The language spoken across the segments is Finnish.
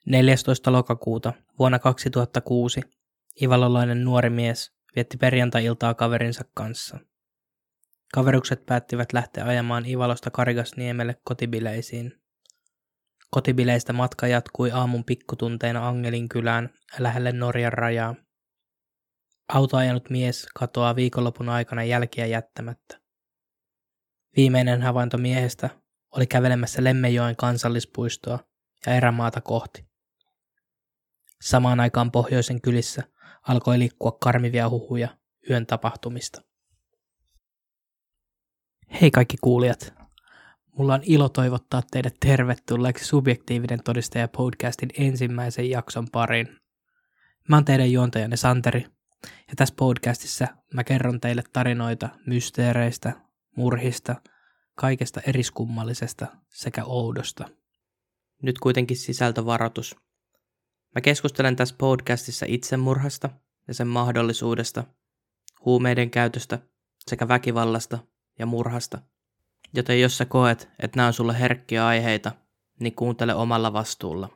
14. lokakuuta vuonna 2006 ivalolainen nuori mies vietti perjantai-iltaa kaverinsa kanssa. Kaverukset päättivät lähteä ajamaan Ivalosta Karigasniemelle kotibileisiin. Kotibileistä matka jatkui aamun pikkutunteina Angelin kylään lähelle Norjan rajaa. Autoajanut mies katoaa viikonlopun aikana jälkiä jättämättä. Viimeinen havainto miehestä oli kävelemässä Lemmenjoen kansallispuistoa ja erämaata kohti. Samaan aikaan pohjoisen kylissä alkoi liikkua karmivia huhuja yön tapahtumista. Hei kaikki kuulijat! Mulla on ilo toivottaa teidät tervetulleeksi Subjektiivinen todistaja podcastin ensimmäisen jakson pariin. Mä oon teidän juontajanne Santeri, ja tässä podcastissa mä kerron teille tarinoita mysteereistä, murhista, kaikesta eriskummallisesta sekä oudosta. Nyt kuitenkin sisältövaroitus. Mä keskustelen tässä podcastissa itsemurhasta ja sen mahdollisuudesta, huumeiden käytöstä sekä väkivallasta ja murhasta. Joten jos sä koet, että nämä on sulle herkkiä aiheita, niin kuuntele omalla vastuulla.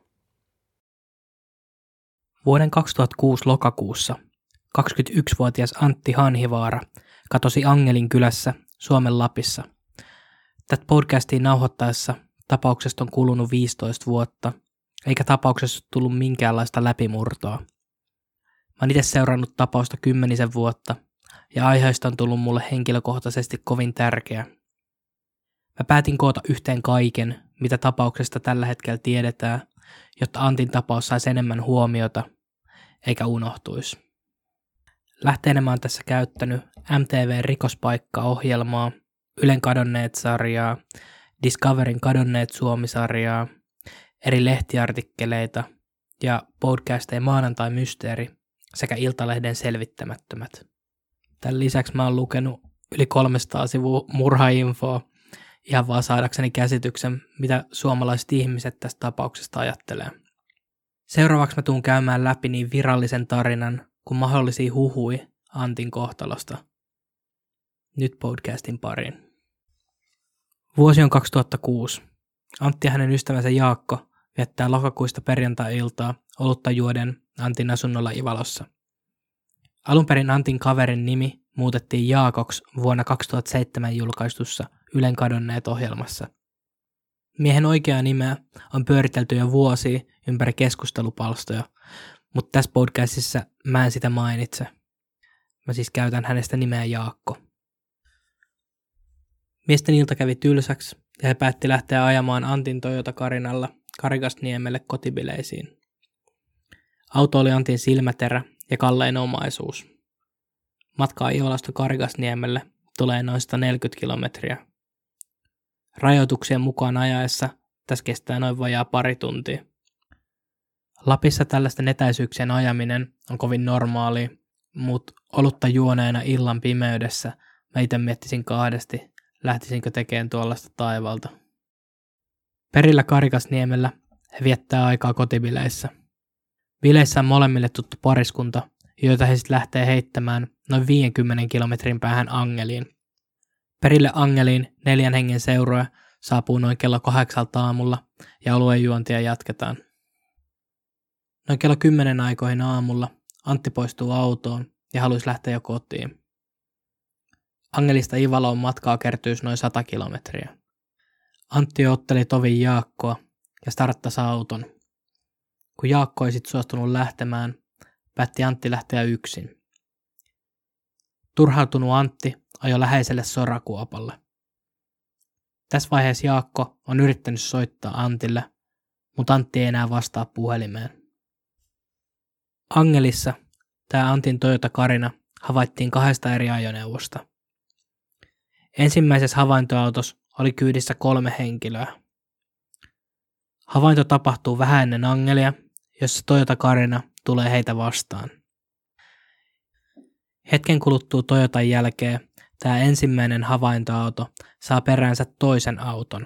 Vuoden 2006 lokakuussa 21-vuotias Antti Hanhivaara katosi Angelin kylässä Suomen Lapissa. Tätä podcastia nauhoittaessa tapauksesta on kulunut 15 vuotta, eikä tapauksessa tullut minkäänlaista läpimurtoa. Mä oon itse seurannut tapausta 10 vuotta, ja aiheesta on tullut mulle henkilökohtaisesti kovin tärkeä. Mä päätin koota yhteen kaiken, mitä tapauksesta tällä hetkellä tiedetään, jotta Antin tapaus saisi enemmän huomiota, eikä unohtuisi. Lähteenä mä oon tässä käyttänyt MTV:n Rikospaikka-ohjelmaa, Ylen Kadonneet-sarjaa, Discoverin Kadonneet Suomi-sarjaa, eri lehtiartikkeleita ja podcasteja Maanantai Mysteeri sekä Iltalehden Selvittämättömät. Tämän lisäksi mä oon lukenut yli 300 sivua murhainfoa ihan vaan saadakseni käsityksen, mitä suomalaiset ihmiset tästä tapauksesta ajattelee. Seuraavaksi mä tuun käymään läpi niin virallisen tarinan kuin mahdollisia huhui Antin kohtalosta. Nyt podcastin pariin. Vuosi on 2006. Antti ja hänen ystävänsä Jaakko viettää lokakuista perjantai-iltaa olutta juoden Antin asunnolla Ivalossa. Alun perin Antin kaverin nimi muutettiin Jaakoksi vuonna 2007 julkaistussa Ylen Kadonneet -ohjelmassa. Miehen oikeaa nimeä on pyöritelty jo vuosia ympäri keskustelupalstoja, mutta tässä podcastissa mä en sitä mainitse. Mä siis käytän hänestä nimeä Jaakko. Miesten ilta kävi tylsäksi ja he päätti lähteä ajamaan Antin Toyota Carinalla Karigasniemelle kotibileisiin. Auto oli Antin silmäterä ja kallein omaisuus. Matkaa Ivalasta Karigasniemelle tulee noin 140 kilometriä. Rajoituksien mukaan ajaessa tässä kestää noin vajaa pari tuntia. Lapissa tällaisten etäisyyksien ajaminen on kovin normaalia, mutta olutta juoneena illan pimeydessä mä itse miettisin kahdesti, lähtisinkö tekemään tuollaista taivalta. Perillä Karigasniemellä he viettää aikaa kotibileissä. Bileissä on molemmille tuttu pariskunta, joita he sitten lähtee heittämään noin 50 kilometrin päähän Angeliin. Perille Angeliin 4 hengen seuroja saapuu noin kello 8 aamulla ja alueen juontia jatketaan. Noin kello 10 aikoihin aamulla Antti poistuu autoon ja haluaisi lähteä jo kotiin. Angelista Ivaloon matkaa kertyisi noin 100 kilometriä. Antti otteli tovin Jaakkoa ja starttasi auton. Kun Jaakko ei sitten suostunut lähtemään, päätti Antti lähteä yksin. Turhautunut Antti ajoi läheiselle sorakuopalle. Tässä vaiheessa Jaakko on yrittänyt soittaa Antille, mutta Antti ei enää vastaa puhelimeen. Angelissa tämä Antin Toyota Carina havaittiin 2 eri ajoneuvosta. Ensimmäisessä havaintoautossa oli kyydissä 3 henkilöä. Havainto tapahtuu vähän ennen Angelia, jossa Toyota Carina tulee heitä vastaan. Hetken kuluttua Toyotan jälkeen tämä ensimmäinen havaintoauto saa peräänsä toisen auton.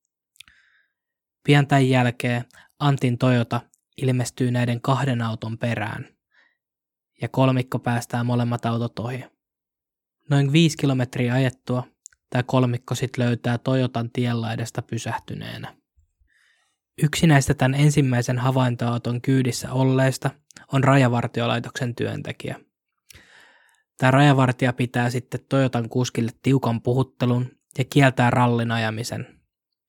Pian tämän jälkeen Antin Toyota ilmestyy näiden 2 auton perään ja kolmikko päästää molemmat autot ohi. Noin 5 kilometriä ajettua tämä kolmikko sitten löytää Toyotan tienlaidasta pysähtyneenä. Yksi näistä tämän ensimmäisen havaintoauton kyydissä olleista on Rajavartiolaitoksen työntekijä. Tämä rajavartija pitää sitten Toyotan kuskille tiukan puhuttelun ja kieltää rallin ajamisen.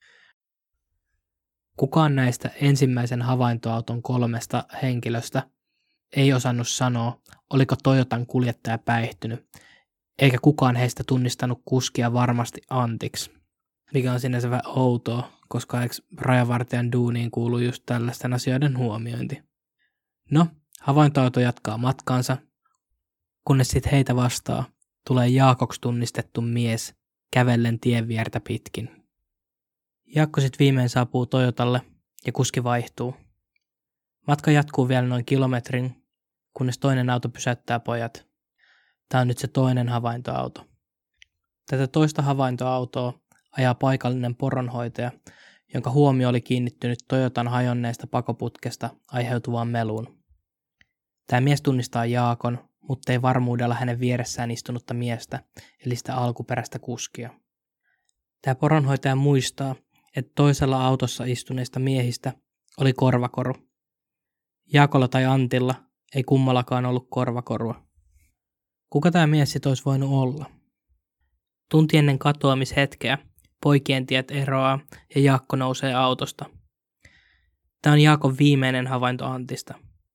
Kukaan näistä ensimmäisen havaintoauton 3 henkilöstä ei osannut sanoa, oliko Toyotan kuljettaja päihtynyt, eikä kukaan heistä tunnistanut kuskia varmasti Antiksi, mikä on sinänsä vähän outoa, koska rajavartijan duuniin kuuluu just tällaisten asioiden huomiointi. No, havaintoauto jatkaa matkaansa, kunnes sitten heitä vastaa tulee Jaakoksi tunnistettu mies kävellen tien viertä pitkin. Jaakko sitten viimein saapuu Toyotalle ja kuski vaihtuu. Matka jatkuu vielä noin kilometrin, kunnes toinen auto pysäyttää pojat. Tämä on nyt se toinen havaintoauto. Tätä toista havaintoautoa ajaa paikallinen poronhoitaja, jonka huomio oli kiinnittynyt Toyotan hajonneesta pakoputkesta aiheutuvaan meluun. Tämä mies tunnistaa Jaakon, mutta ei varmuudella hänen vieressään istunutta miestä, eli sitä alkuperäistä kuskia. Tämä poronhoitaja muistaa, että toisella autossa istuneista miehistä oli korvakoru. Jaakolla tai Antilla ei kummallakaan ollut korvakorua. Kuka tämä mies sit olisi voinut olla? Tunti ennen katoamishetkeä poikien tiet eroaa ja Jaakko nousee autosta. Tämä on Jaakon viimeinen havainto Antista.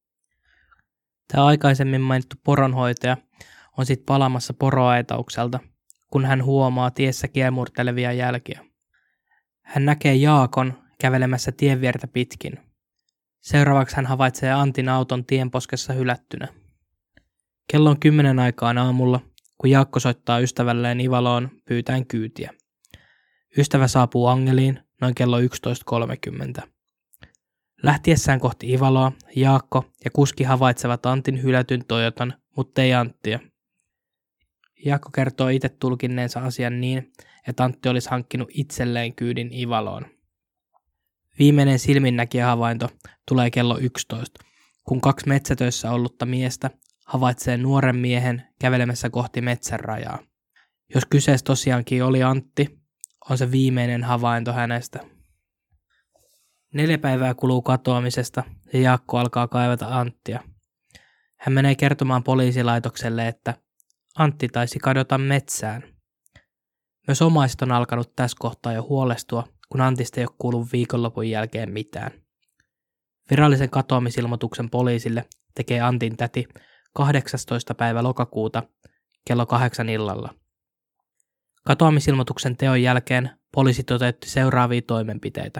Tämä aikaisemmin mainittu poronhoitaja on sitten palaamassa poroaitaukselta, kun hän huomaa tiessä kiemurtelevia jälkiä. Hän näkee Jaakon kävelemässä tien viertä pitkin. Seuraavaksi hän havaitsee Antin auton tienposkessa hylättynä. Kello on 10 aikaan aamulla, kun Jaakko soittaa ystävälleen Ivaloon pyytäen kyytiä. Ystävä saapuu Angeliin noin kello 11.30. Lähtiessään kohti Ivaloa, Jaakko ja kuski havaitsevat Antin hylätyn Toyotan, mutta ei Anttia. Jaakko kertoo itse tulkinneensa asian niin, että Antti olisi hankkinut itselleen kyydin Ivaloon. Viimeinen silminnäkijähavainto tulee kello 11, kun 2 metsätöissä ollutta miestä havaitsee nuoren miehen kävelemässä kohti metsän rajaa. Jos kyseessä tosiaankin oli Antti, on se viimeinen havainto hänestä. 4 päivää kuluu katoamisesta ja Jaakko alkaa kaivata Anttia. Hän menee kertomaan poliisilaitokselle, että Antti taisi kadota metsään. Myös omaiset on alkanut tässä kohtaa jo huolestua, kun Antista ei ole kuullut viikonlopun jälkeen mitään. Virallisen katoamisilmoituksen poliisille tekee Antin täti 18. päivä lokakuuta kello 8 illalla. Katoamisilmoituksen teon jälkeen poliisi toteutti seuraavia toimenpiteitä.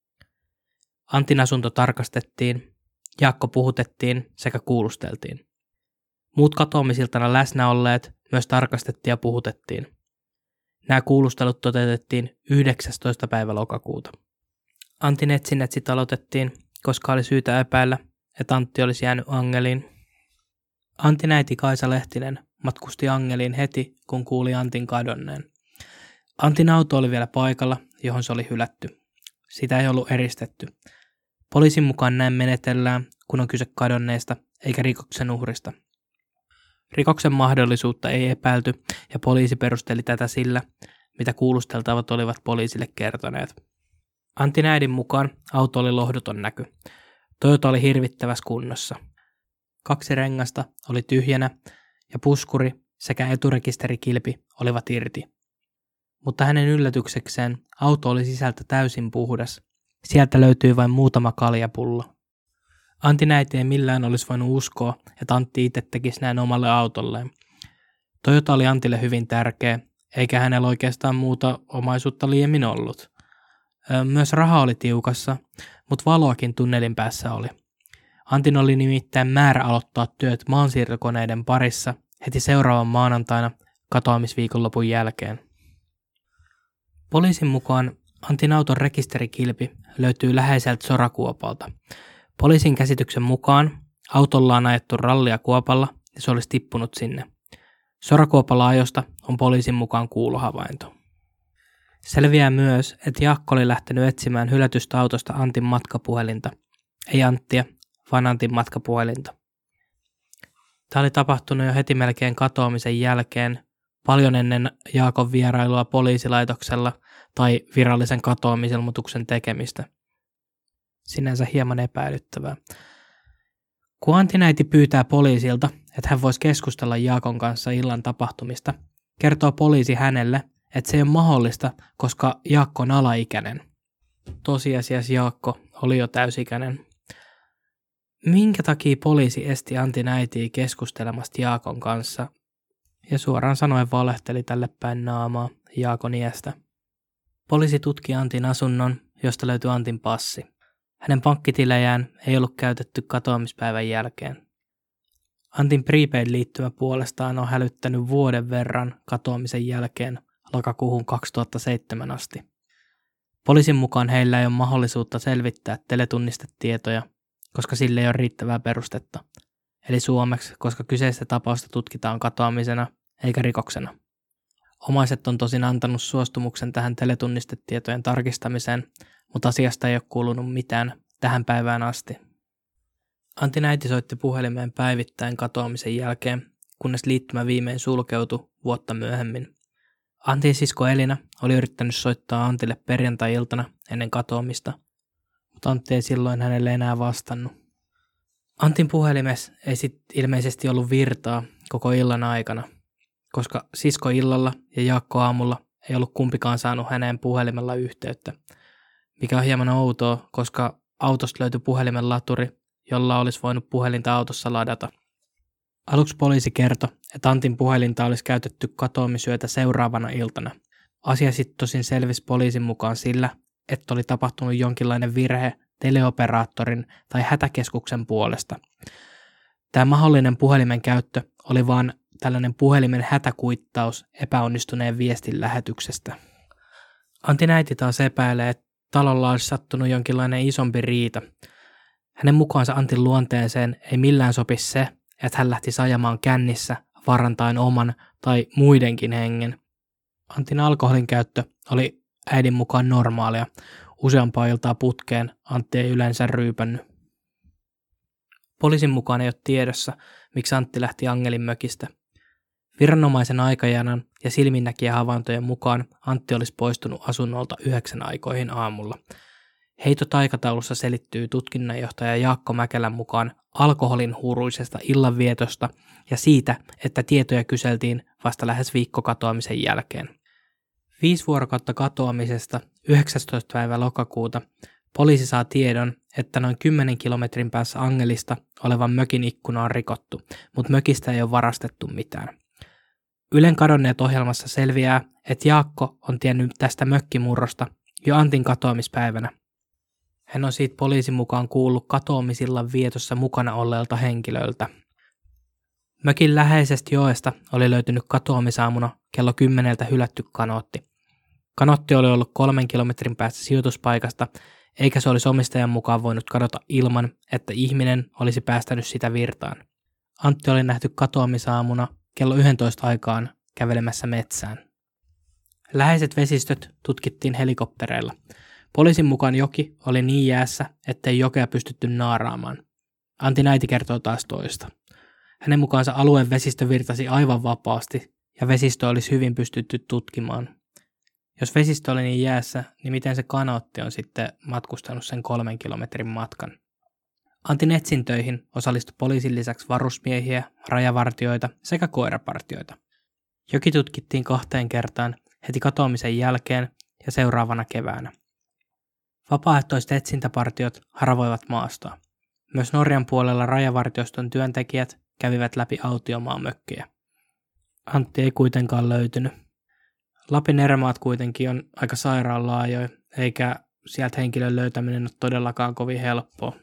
Antin asunto tarkastettiin, Jaakko puhutettiin sekä kuulusteltiin. Muut katoamisiltana läsnä olleet myös tarkastettiin ja puhutettiin. Nämä kuulustelut toteutettiin 19. päivä lokakuuta. Antin etsinnät sitten aloitettiin, koska oli syytä epäillä, että Antti olisi jäänyt Angeliin. Antin äiti Kaisa Lehtinen matkusti Angeliin heti, kun kuuli Antin kadonneen. Antin auto oli vielä paikalla, johon se oli hylätty. Sitä ei ollut eristetty. Poliisin mukaan näin menetellään, kun on kyse kadonneesta eikä rikoksen uhrista. Rikoksen mahdollisuutta ei epäilty ja poliisi perusteli tätä sillä, mitä kuulusteltavat olivat poliisille kertoneet. Antin äidin mukaan auto oli lohduton näky. Toyota oli hirvittävässä kunnossa. 2 rengasta oli tyhjänä ja puskuri sekä eturekisterikilpi olivat irti. Mutta hänen yllätyksekseen auto oli sisältä täysin puhdas. Sieltä löytyi vain muutama kaljapullo. Antin äiti ei millään olisi voinut uskoa, että Antti itse tekisi näin omalle autolleen. Toyota oli Antille hyvin tärkeä, eikä hänellä oikeastaan muuta omaisuutta liiemmin ollut. Myös raha oli tiukassa, mutta valoakin tunnelin päässä oli. Antin oli nimittäin määrä aloittaa työt maansiirtokoneiden parissa heti seuraavan maanantaina katoamisviikonlopun jälkeen. Poliisin mukaan Antin auton rekisterikilpi löytyy läheiseltä sorakuopalta. Poliisin käsityksen mukaan autolla on ajettu rallia kuopalla ja se olisi tippunut sinne. Sorakuopalla ajosta on poliisin mukaan kuulohavainto. Selviää myös, että Jaakko oli lähtenyt etsimään hylätystä autosta Antin matkapuhelinta. Ei Anttia, vaan Antin matkapuhelinta. Tämä oli tapahtunut jo heti melkein katoamisen jälkeen, paljon ennen Jaakon vierailua poliisilaitoksella tai virallisen katoamisilmoituksen tekemistä. Sinänsä hieman epäilyttävää. Kun Antin äiti pyytää poliisilta, että hän voisi keskustella Jaakon kanssa illan tapahtumista, kertoo poliisi hänelle, että se ei ole mahdollista, koska Jaakko on alaikäinen. Tosiasiassa Jaakko oli jo täysikäinen. Minkä takia poliisi esti Antin äitiä keskustelemasta Jaakon kanssa ja suoraan sanoen valehteli tälle päin naamaa Jaakon iästä? Poliisi tutki Antin asunnon, josta löytyi Antin passi. Hänen pankkitilejään ei ollut käytetty katoamispäivän jälkeen. Antin prepaid-liittymä puolestaan on hälyttänyt vuoden verran katoamisen jälkeen lokakuuhun 2007 asti. Poliisin mukaan heillä ei ole mahdollisuutta selvittää teletunnistetietoja, koska sille ei ole riittävää perustetta. Eli suomeksi, koska kyseistä tapausta tutkitaan katoamisena eikä rikoksena. Omaiset on tosin antanut suostumuksen tähän teletunnistetietojen tarkistamiseen, mutta asiasta ei ole kuulunut mitään tähän päivään asti. Antin äiti soitti puhelimeen päivittäin katoamisen jälkeen, kunnes liittymä viimein sulkeutui vuotta myöhemmin. Antin sisko Elina oli yrittänyt soittaa Antille perjantai-iltana ennen katoamista, mutta Antti ei silloin hänelle enää vastannut. Antin puhelimessa ei ilmeisesti ollut virtaa koko illan aikana, koska sisko illalla ja Jaakko aamulla ei ollut kumpikaan saanut häneen puhelimella yhteyttä, mikä on hieman outoa, koska autosta löytyi puhelimen laturi, jolla olisi voinut puhelinta autossa ladata. Aluksi poliisi kertoi, että Antin puhelinta olisi käytetty katoamisyötä seuraavana iltana. Asia sitten tosin selvisi poliisin mukaan sillä, että oli tapahtunut jonkinlainen virhe teleoperaattorin tai hätäkeskuksen puolesta. Tämä mahdollinen puhelimen käyttö oli vain tällainen puhelimen hätäkuittaus epäonnistuneen viestin lähetyksestä. Antin äiti taas epäilee, että talolla olisi sattunut jonkinlainen isompi riita. Hänen mukaansa Antin luonteeseen ei millään sopi se, että hän lähtisi ajamaan kännissä vaarantaen oman tai muidenkin hengen. Antin alkoholin käyttö oli äidin mukaan normaalia. Useampaa iltaa putkeen Antti ei yleensä ryypännyt. Poliisin mukaan ei ole tiedossa, miksi Antti lähti Angelin mökistä. Viranomaisen aikajanan ja silminnäkijähavaintojen mukaan Antti olisi poistunut asunnolta 9 aikoihin aamulla. Heitot aikataulussa selittyy tutkinnanjohtaja Jaakko Mäkelän mukaan alkoholin huuruisesta illanvietosta ja siitä, että tietoja kyseltiin vasta lähes viikko katoamisen jälkeen. 5 vuorokautta katoamisesta 19. päivä lokakuuta poliisi saa tiedon, että noin 10 kilometrin päässä Angelista olevan mökin ikkuna on rikottu, mutta mökistä ei ole varastettu mitään. Ylen kadonneet ohjelmassa selviää, että Jaakko on tiennyt tästä mökkimurrosta jo Antin katoamispäivänä. Hän on siitä poliisin mukaan kuullut katoamisillan vietossa mukana olleelta henkilöltä. Mökin läheisestä joesta oli löytynyt katoamisaamuna kello 10 hylätty kanootti. Kanootti oli ollut 3 kilometrin päästä sijoituspaikasta, eikä se olisi omistajan mukaan voinut kadota ilman, että ihminen olisi päästänyt sitä virtaan. Antti oli nähty katoamisaamuna kello 11 aikaan kävelemässä metsään. Läheiset vesistöt tutkittiin helikoptereilla. Poliisin mukaan joki oli niin jäässä, ettei jokea pystytty naaraamaan. Antin äiti kertoo taas toista. Hänen mukaansa alueen vesistö virtasi aivan vapaasti ja vesistö olisi hyvin pystytty tutkimaan. Jos vesistö oli niin jäässä, niin miten se kanootti on sitten matkustanut sen 3 kilometrin matkan? Antin etsintöihin osallistui poliisin lisäksi varusmiehiä, rajavartioita sekä koirapartioita. Joki tutkittiin 2 kertaan heti katoamisen jälkeen ja seuraavana keväänä. Vapaaehtoiset etsintäpartiot haravoivat maastoa. Myös Norjan puolella rajavartioston työntekijät kävivät läpi autiomaan mökkejä. Antti ei kuitenkaan löytynyt. Lapin erämaat kuitenkin on aika sairaan laajoja, eikä sieltä henkilön löytäminen ole todellakaan kovin helppoa.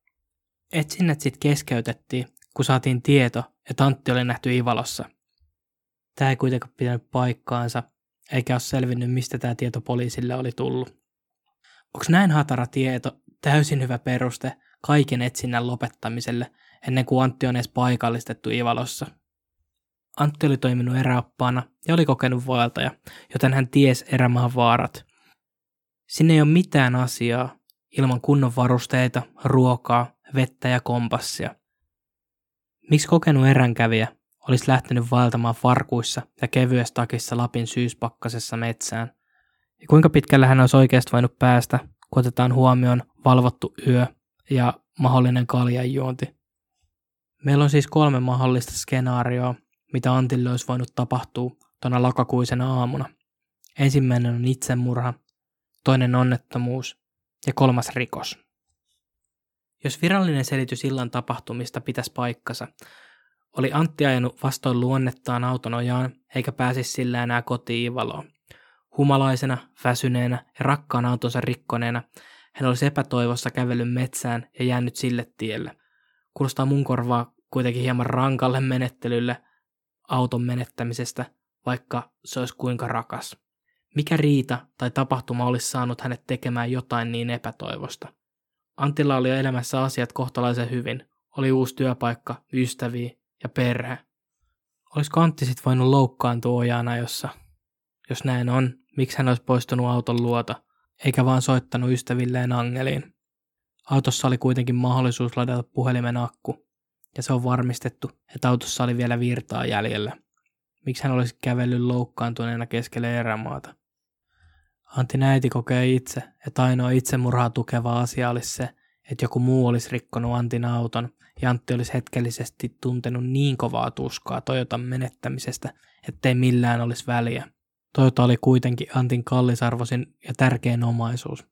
Etsinnät sitten keskeytettiin, kun saatiin tieto, että Antti oli nähty Ivalossa. Tämä ei kuitenkaan pitänyt paikkaansa, eikä ole selvinnyt, mistä tämä tieto poliisille oli tullut. Onko näin hatara tieto täysin hyvä peruste kaiken etsinnän lopettamiselle ennen kuin Antti on edes paikallistettu Ivalossa? Antti oli toiminut eräoppaana ja oli kokenut vaeltaja, joten hän tiesi erämaan vaarat. Sinne ei ole mitään asiaa ilman kunnon varusteita, ruokaa, vettä ja kompassia. Miksi kokenut eränkävijä olisi lähtenyt vaeltamaan farkuissa ja kevyessä takissa Lapin syyspakkasessa metsään? Ja kuinka pitkälle hän olisi oikeasti voinut päästä, kun otetaan huomioon valvottu yö ja mahdollinen kaljanjuonti. Meillä on siis 3 mahdollista skenaarioa, mitä Antille olisi voinut tapahtua tuona lokakuisena aamuna. Ensimmäinen on itsemurha, toinen onnettomuus ja 3. rikos. Jos virallinen selitys illan tapahtumista pitäisi paikkansa, oli Antti ajanut vastoin luonnettaan auton ojaan eikä pääsisi sillä enää kotiin Ivaloon. Humalaisena, väsyneenä ja rakkaan autonsa rikkoneena hän olisi epätoivossa kävellyt metsään ja jäänyt sille tielle. Kuulostaa mun korvaa kuitenkin hieman rankalle menettelylle auton menettämisestä, vaikka se olisi kuinka rakas. Mikä riita tai tapahtuma olisi saanut hänet tekemään jotain niin epätoivosta? Antilla oli elämässä asiat kohtalaisen hyvin. Oli uusi työpaikka, ystäviä ja perhe. Olisiko Antti sit voinut loukkaantua ojana, jos näin on, miksi hän olisi poistunut auton luota, eikä vaan soittanut ystävilleen angeliin? Autossa oli kuitenkin mahdollisuus ladata puhelimen akku, ja se on varmistettu, että autossa oli vielä virtaa jäljellä. Miksi hän olisi kävellyt loukkaantuneena keskelle erämaata? Antin äiti kokee itse, että ainoa itsemurhaa tukeva asia olisi se, että joku muu olisi rikkonut Antin auton ja Antti olisi hetkellisesti tuntenut niin kovaa tuskaa Toyotan menettämisestä, ettei millään olisi väliä. Toyota oli kuitenkin Antin kallisarvoisin ja tärkein omaisuus.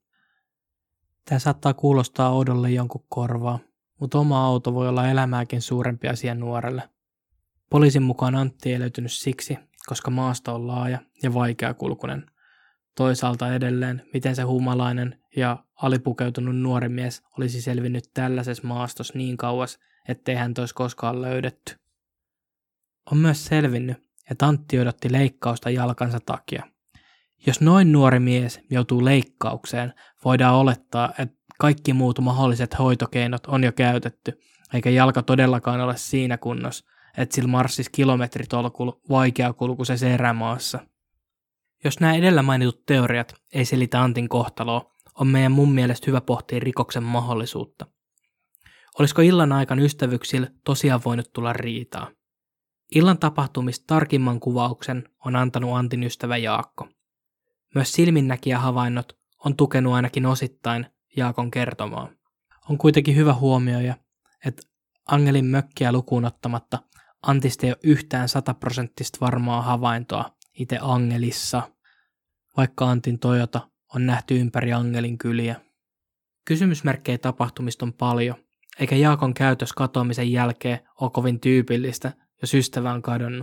Tämä saattaa kuulostaa oudolle jonkun korvaa, mutta oma auto voi olla elämääkin suurempi asia nuorelle. Poliisin mukaan Antti ei löytynyt siksi, koska maasto on laaja ja vaikeakulkuinen. Toisaalta edelleen, miten se humalainen ja alipukeutunut nuori mies olisi selvinnyt tällaisessa maastossa niin kauas, ettei häntä olisi koskaan löydetty. On myös selvinnyt, että Antti odotti leikkausta jalkansa takia. Jos noin nuori mies joutuu leikkaukseen, voidaan olettaa, että kaikki muut mahdolliset hoitokeinot on jo käytetty, eikä jalka todellakaan ole siinä kunnossa, että sillä marssisi kilometritolkulla vaikeakulkuisessa erämaassa. Jos nämä edellä mainitut teoriat ei selitä Antin kohtaloa, on meidän mun mielestä hyvä pohtia rikoksen mahdollisuutta. Olisiko illan aikana ystävyksillä tosiaan voinut tulla riitaa? Illan tapahtumista tarkimman kuvauksen on antanut Antin ystävä Jaakko. Myös silminnäkijähavainnot on tukenut ainakin osittain Jaakon kertomaa. On kuitenkin hyvä huomioida, että Angelin mökkiä lukuun ottamatta Antista ei ole yhtään 100% varmaa havaintoa itse Angelissa, vaikka Antin Toyota on nähty ympäri Angelin kyliä. Kysymysmerkkejä tapahtumista on paljon, eikä Jaakon käytös katoamisen jälkeen ole kovin tyypillistä, jos ystävä on kadonnut.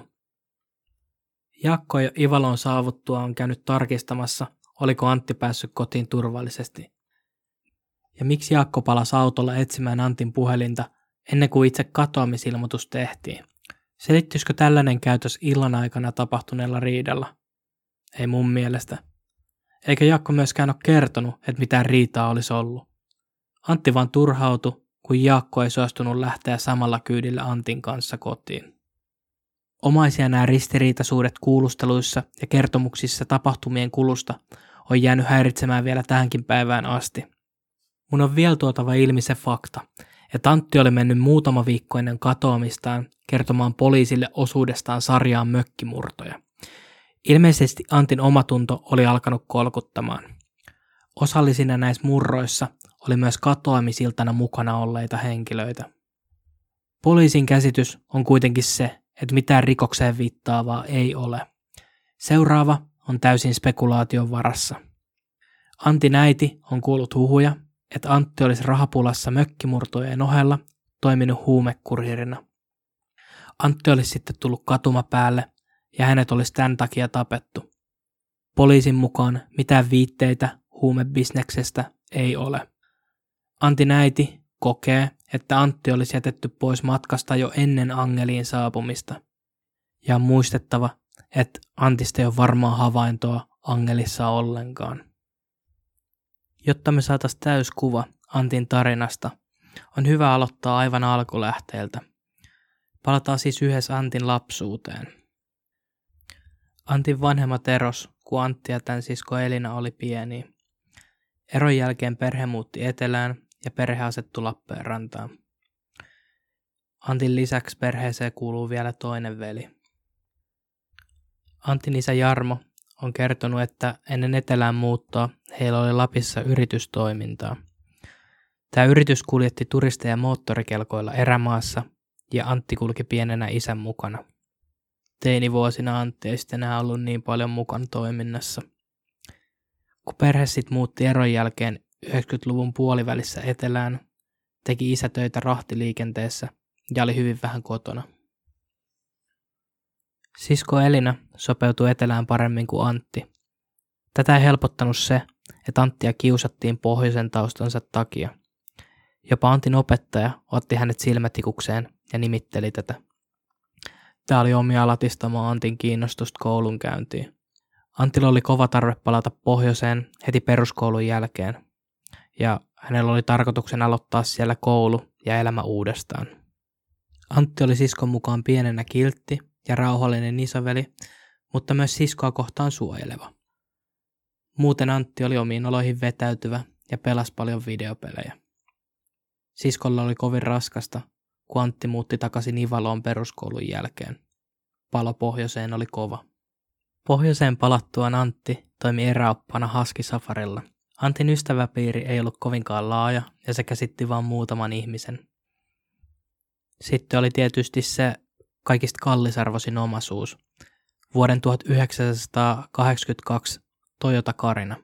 Jaakko jo Ivaloon saavuttua on käynyt tarkistamassa, oliko Antti päässyt kotiin turvallisesti. Ja miksi Jaakko palasi autolla etsimään Antin puhelinta ennen kuin itse katoamisilmoitus tehtiin? Selittyisikö tällainen käytös illan aikana tapahtuneella riidalla? Ei mun mielestä. Eikä Jaakko myöskään ole kertonut, että mitään riitaa olisi ollut. Antti vaan turhautui, kun Jaakko ei suostunut lähteä samalla kyydillä Antin kanssa kotiin. Omaisia nämä ristiriitaisuudet kuulusteluissa ja kertomuksissa tapahtumien kulusta on jäänyt häiritsemään vielä tähänkin päivään asti. Mun on vielä tuotava ilmi se fakta, että Antti oli mennyt muutama viikko ennen katoamistaan kertomaan poliisille osuudestaan sarjaan mökkimurtoja. Ilmeisesti Antin omatunto oli alkanut kolkuttamaan. Osallisina näissä murroissa oli myös katoamisiltana mukana olleita henkilöitä. Poliisin käsitys on kuitenkin se, että mitään rikokseen viittaavaa ei ole. Seuraava on täysin spekulaation varassa. Antin äiti on kuullut huhuja, että Antti olisi rahapulassa mökkimurtojen ohella toiminut huumekurierina. Antti olisi sitten tullut katumapäälle ja hänet olisi tämän takia tapettu. Poliisin mukaan mitään viitteitä huumebisneksestä ei ole. Antin äiti kokee, että Antti olisi jätetty pois matkasta jo ennen Angeliin saapumista. Ja on muistettava, että Antista ei ole varmaa havaintoa Angelissa ollenkaan. Jotta me saataisiin täyskuva Antin tarinasta, on hyvä aloittaa aivan alkulähteeltä. Palataan siis yhdessä Antin lapsuuteen. Antin vanhemmat eros, kun Antti ja tämän sisko Elina oli pieniä. Eron jälkeen perhe muutti etelään ja perhe asettui Lappeenrantaan. Antin lisäksi perheeseen kuuluu vielä toinen veli. Antin isä Jarmo on kertonut, että ennen etelään muuttoa heillä oli Lapissa yritystoimintaa. Tämä yritys kuljetti turisteja moottorikelkoilla erämaassa ja Antti kulki pienenä isän mukana. Teinivuosina Antti ei sitten enää ollut niin paljon mukana toiminnassa. Kun perhe sitten muutti eron jälkeen 90-luvun puolivälissä etelään, teki isä töitä rahtiliikenteessä ja oli hyvin vähän kotona. Sisko Elina sopeutui etelään paremmin kuin Antti. Tätä ei helpottanut se, että Anttia kiusattiin pohjoisen taustansa takia. Jopa Antin opettaja otti hänet silmätikukseen ja nimitteli tätä. Tämä oli omia latistamaan Antin kiinnostusta koulunkäyntiin. Antilla oli kova tarve palata pohjoiseen heti peruskoulun jälkeen, ja hänellä oli tarkoituksena aloittaa siellä koulu ja elämä uudestaan. Antti oli siskon mukaan pienenä kiltti ja rauhallinen isoveli, mutta myös siskoa kohtaan suojeleva. Muuten Antti oli omiin oloihin vetäytyvä ja pelasi paljon videopelejä. Siskolla oli kovin raskasta, kun Antti muutti takaisin Ivaloon peruskoulun jälkeen. Palo pohjoiseen oli kova. Pohjoiseen palattuaan Antti toimi eräoppana Husky-safarilla. Antin ystäväpiiri ei ollut kovinkaan laaja ja se käsitti vain muutaman ihmisen. Sitten oli tietysti se kaikista kallisarvoisin omaisuus. Vuoden 1982 Toyota Carina.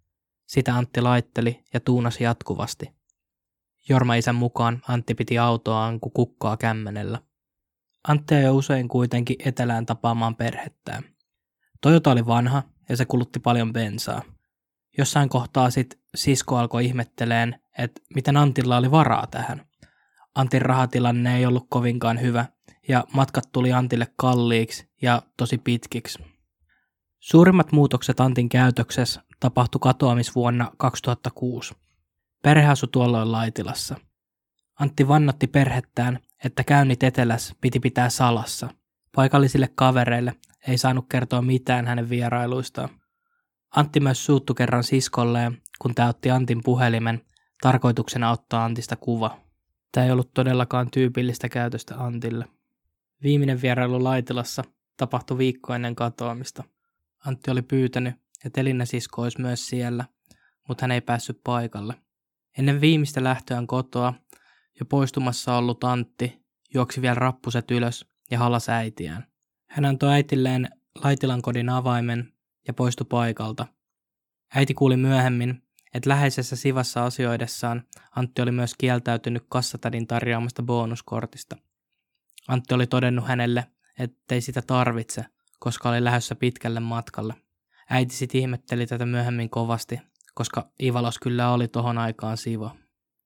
Sitä Antti laitteli ja tuunasi jatkuvasti. Jorma-isän mukaan Antti piti autoaan kuin kukkaa kämmenellä. Antti ajoi usein kuitenkin etelään tapaamaan perhettään. Toyota oli vanha ja se kulutti paljon bensaa. Jossain kohtaa sit sisko alkoi ihmetteleen, että miten Antilla oli varaa tähän. Antin rahatilanne ei ollut kovinkaan hyvä ja matkat tuli Antille kalliiksi ja tosi pitkiksi. Suurimmat muutokset Antin käytöksessä tapahtui katoamisvuonna 2006. Perhe asui tuolloin Laitilassa. Antti vannotti perhettään, että käynnit etelässä piti pitää salassa. Paikallisille kavereille ei saanut kertoa mitään hänen vierailuistaan. Antti myös suuttui kerran siskolleen, kun tämä otti Antin puhelimen, tarkoituksena ottaa Antista kuva. Tämä ei ollut todellakaan tyypillistä käytöstä Antille. Viimeinen vierailu Laitilassa tapahtui viikko ennen katoamista. Antti oli pyytänyt, että Elina sisko olisi myös siellä, mutta hän ei päässyt paikalle. Ennen viimeistä lähtöään kotoa jo poistumassa ollut Antti juoksi vielä rappuset ylös ja halasi äitiään. Hän antoi äitilleen Laitilan kodin avaimen ja poistui paikalta. Äiti kuuli myöhemmin, että läheisessä Sivassa asioidessaan Antti oli myös kieltäytynyt kassatädin tarjoamasta bonuskortista. Antti oli todennut hänelle, ettei sitä tarvitse, koska oli lähdössä pitkälle matkalle. Äiti sitten ihmetteli tätä myöhemmin kovasti, koska Ivalos kyllä oli tohon aikaan Siva.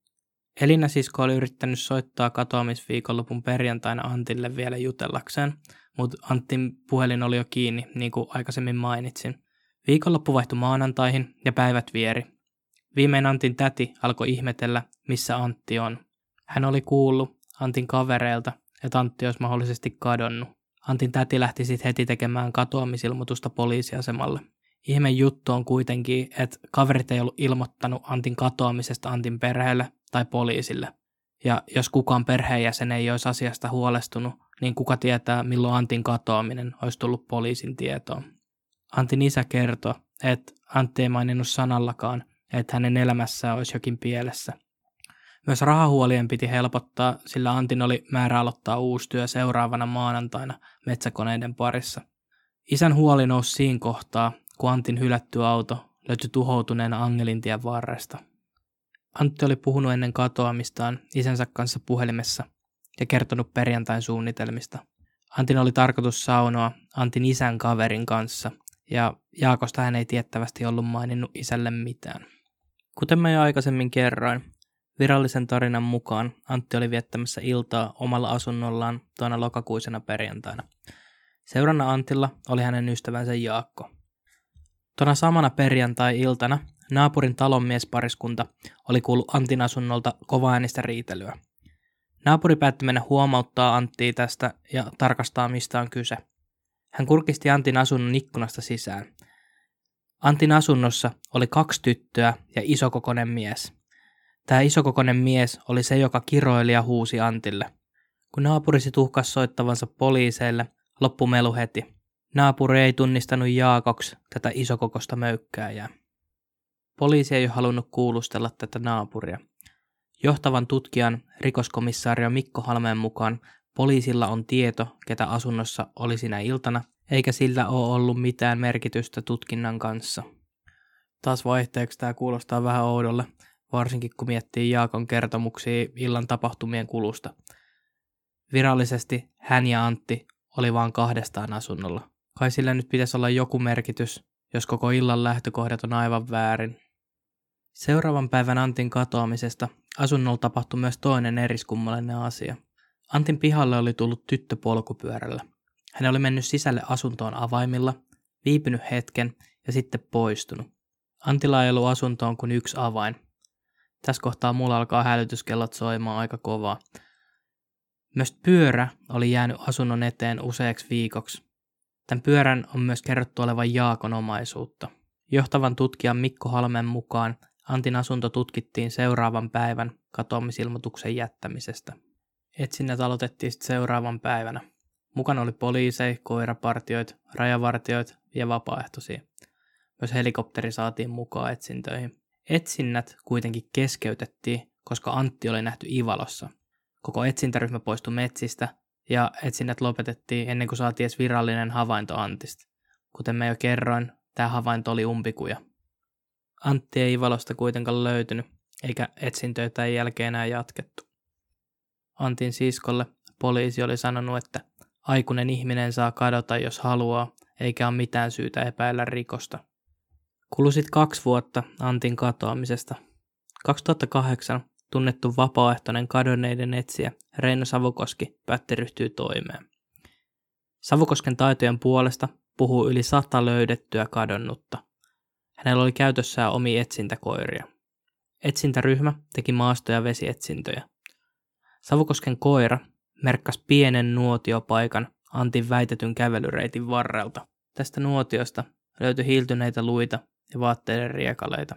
Elina sisko oli yrittänyt soittaa katoamisviikonlopun perjantaina Antille vielä jutellakseen, mutta Antin puhelin oli jo kiinni, niin kuin aikaisemmin mainitsin. Viikonloppu vaihtui maanantaihin ja päivät vieri. Viimein Antin täti alkoi ihmetellä, missä Antti on. Hän oli kuullut Antin kavereilta, että Antti olisi mahdollisesti kadonnut. Antin täti lähti sitten heti tekemään katoamisilmoitusta poliisiasemalle. Ihme juttu on kuitenkin, että kaverit ei ollut ilmoittanut Antin katoamisesta Antin perheelle tai poliisille. Ja jos kukaan perheenjäsen ei olisi asiasta huolestunut, niin kuka tietää, milloin Antin katoaminen olisi tullut poliisin tietoon. Antin isä kertoi, että Antti ei maininnut sanallakaan, että hänen elämässään olisi jokin pielessä. Myös rahahuolien piti helpottaa, sillä Antin oli määrä aloittaa uusi työ seuraavana maanantaina metsäkoneiden parissa. Isän huoli nousi siinä kohtaa, kun Antin hylätty auto löytyi tuhoutuneena Angelintien varresta. Antti oli puhunut ennen katoamistaan isänsä kanssa puhelimessa ja kertonut perjantain suunnitelmista. Antin oli tarkoitus saunoa Antin isän kaverin kanssa, ja Jaakosta hän ei tiettävästi ollut maininnut isälle mitään. Kuten mä jo aikaisemmin kerroin, virallisen tarinan mukaan Antti oli viettämässä iltaa omalla asunnollaan tuona lokakuisena perjantaina. Seurana Antilla oli hänen ystävänsä Jaakko. Tuona samana perjantai-iltana naapurin talonmiespariskunta oli kuullut Antin asunnolta kovaäänistä riitelyä. Naapuri päätti mennä huomauttaa Anttia tästä ja tarkastaa, mistä on kyse. Hän kurkisti Antin asunnon ikkunasta sisään. Antin asunnossa oli 2 tyttöä ja isokokoinen mies. Tämä isokokoinen mies oli se, joka kiroili ja huusi Antille. Kun naapuri sit uhkasi soittavansa poliiseille, loppui melu heti. Naapuri ei tunnistanut Jaakoksi tätä isokokoista möykkääjää. Poliisi ei ole halunnut kuulustella tätä naapuria. Johtavan tutkijan rikoskomissaario Mikko Halmeen mukaan poliisilla on tieto, ketä asunnossa oli sinä iltana, eikä sillä ole ollut mitään merkitystä tutkinnan kanssa. Taas vaihteeksi tämä kuulostaa vähän oudolle, varsinkin kun miettii Jaakon kertomuksia illan tapahtumien kulusta. Virallisesti hän ja Antti oli vain kahdestaan asunnolla. Kai sillä nyt pitäisi olla joku merkitys, jos koko illan lähtökohdat on aivan väärin. Seuraavan päivän Antin katoamisesta asunnolla tapahtui myös toinen eriskummallinen asia. Antin pihalle oli tullut tyttö polkupyörällä. Hän oli mennyt sisälle asuntoon avaimilla, viipynyt hetken ja sitten poistunut. Antilla ei ollut asuntoon kuin yksi avain. Tässä kohtaa mulla alkaa hälytyskellot soimaan aika kovaa. Myös pyörä oli jäänyt asunnon eteen useaksi viikoksi. Tämän pyörän on myös kerrottu olevan Jaakon omaisuutta. Johtavan tutkijan Mikko Halmeen mukaan Antin asunto tutkittiin seuraavan päivän katoamisilmoituksen jättämisestä. Etsinnät aloitettiin sitten seuraavan päivänä. Mukana oli poliiseja, koirapartioita, rajavartioita ja vapaaehtoisia. Myös helikopteri saatiin mukaan etsintöihin. Etsinnät kuitenkin keskeytettiin, koska Antti oli nähty Ivalossa. Koko etsintäryhmä poistui metsistä ja etsinnät lopetettiin ennen kuin saatiin edes virallinen havainto Antista. Kuten mä jo kerroin, tämä havainto oli umpikuja. Antti ei Ivalosta kuitenkaan löytynyt, eikä etsintöitä tämän jälkeen enää jatkettu. Antin siskolle poliisi oli sanonut, että aikuinen ihminen saa kadota jos haluaa, eikä ole mitään syytä epäillä rikosta. Kului sitten 2 vuotta Antin katoamisesta. 2008 tunnettu vapaaehtoinen kadonneiden etsijä Reino Savukoski päätti ryhtyä toimeen. Savukosken taitojen puolesta puhuu yli 100 löydettyä kadonnutta. Hänellä oli käytössään omia etsintäkoiria. Etsintäryhmä teki maasto- ja vesietsintöjä. Savukosken koira merkkasi pienen nuotiopaikan Antin väitetyn kävelyreitin varrelta. Tästä nuotiosta löytyi hiiltyneitä luita ja vaatteiden riekaleita.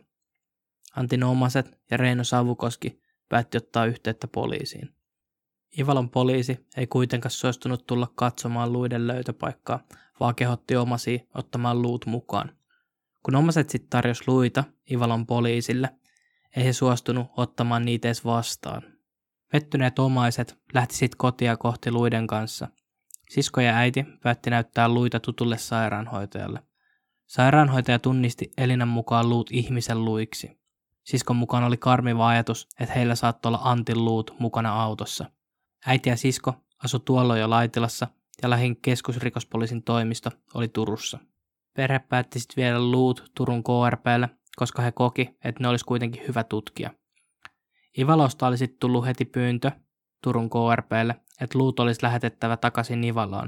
Antin omaset ja Reino Savukoski päätti ottaa yhteyttä poliisiin. Ivalon poliisi ei kuitenkaan suostunut tulla katsomaan luiden löytöpaikkaa, vaan kehotti omasia ottamaan luut mukaan. Kun omaset sitten tarjosi luita Ivalon poliisille, ei he suostunut ottamaan niitä edes vastaan. Pettyneet omaiset lähti sitten kotia kohti luiden kanssa. Sisko ja äiti päätti näyttää luita tutulle sairaanhoitajalle. Sairaanhoitaja tunnisti Elinan mukaan luut ihmisen luiksi. Siskon mukaan oli karmiva ajatus, että heillä saattoi olla Antin luut mukana autossa. Äiti ja sisko asui tuolloin jo Laitilassa ja lähin keskusrikospoliisin toimisto oli Turussa. Perhe päätti sitten viedä luut Turun KRP:lle, koska he koki, että ne olisi kuitenkin hyvä tutkia. Ivalosta oli sitten tullut heti pyyntö Turun KRP:lle, että luut olisi lähetettävä takaisin Ivaloon.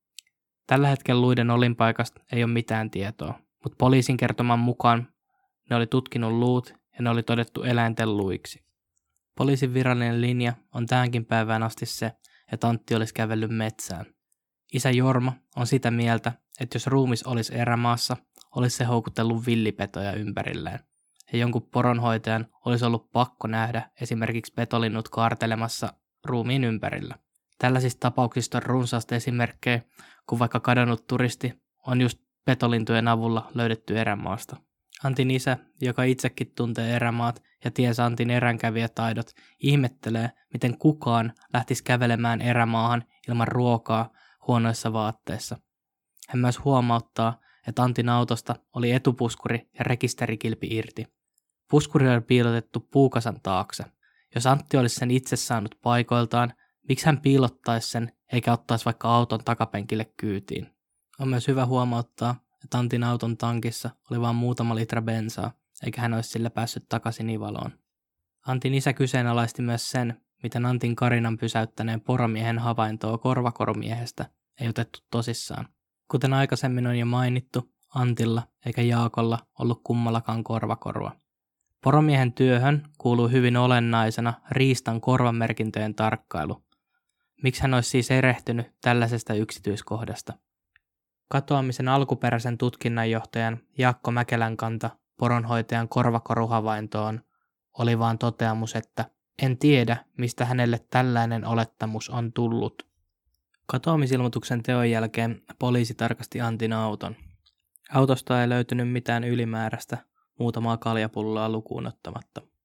Tällä hetkellä luiden olinpaikasta ei ole mitään tietoa, mutta poliisin kertoman mukaan ne oli tutkinut luut ja ne oli todettu eläinten luiksi. Poliisin virallinen linja on tähänkin päivään asti se, että Antti olisi kävellyt metsään. Isä Jorma on sitä mieltä, että jos ruumis olisi erämaassa, olisi se houkutellut villipetoja ympärilleen. Ja jonkun poronhoitajan olisi ollut pakko nähdä esimerkiksi petolinnut kaartelemassa ruumiin ympärillä. Tällaisista tapauksista on runsaasti esimerkkejä, kun vaikka kadonnut turisti on just petolintujen avulla löydetty erämaasta. Antin isä, joka itsekin tuntee erämaat ja ties Antin eränkävijätaidot, ihmettelee, miten kukaan lähtisi kävelemään erämaahan ilman ruokaa huonoissa vaatteissa. Hän myös huomauttaa, että Antin autosta oli etupuskuri ja rekisterikilpi irti. Puskuri oli piilotettu puukasan taakse. Jos Antti olisi sen itse saanut paikoiltaan, miksi hän piilottaisi sen eikä ottaisi vaikka auton takapenkille kyytiin? On myös hyvä huomauttaa, että Antin auton tankissa oli vain muutama litra bensaa, eikä hän olisi sillä päässyt takaisin Ivaloon. Antin isä kyseenalaisti myös sen, miten Antin Karinan pysäyttäneen poromiehen havaintoa korvakorumiehestä ei otettu tosissaan. Kuten aikaisemmin on jo mainittu, Antilla eikä Jaakolla ollut kummallakaan korvakorua. Poromiehen työhön kuuluu hyvin olennaisena riistan korvamerkintöjen tarkkailu. Miksi hän olisi siis erehtynyt tällaisesta yksityiskohdasta? Katoamisen alkuperäisen tutkinnanjohtajan Jaakko Mäkelän kanta poronhoitajan korvakoruhavaintoon oli vaan toteamus, että en tiedä, mistä hänelle tällainen olettamus on tullut. Katoamisilmoituksen teon jälkeen poliisi tarkasti Antin auton. Autosta ei löytynyt mitään ylimääräistä, muutamaa kaljapulloa lukuun ottamatta.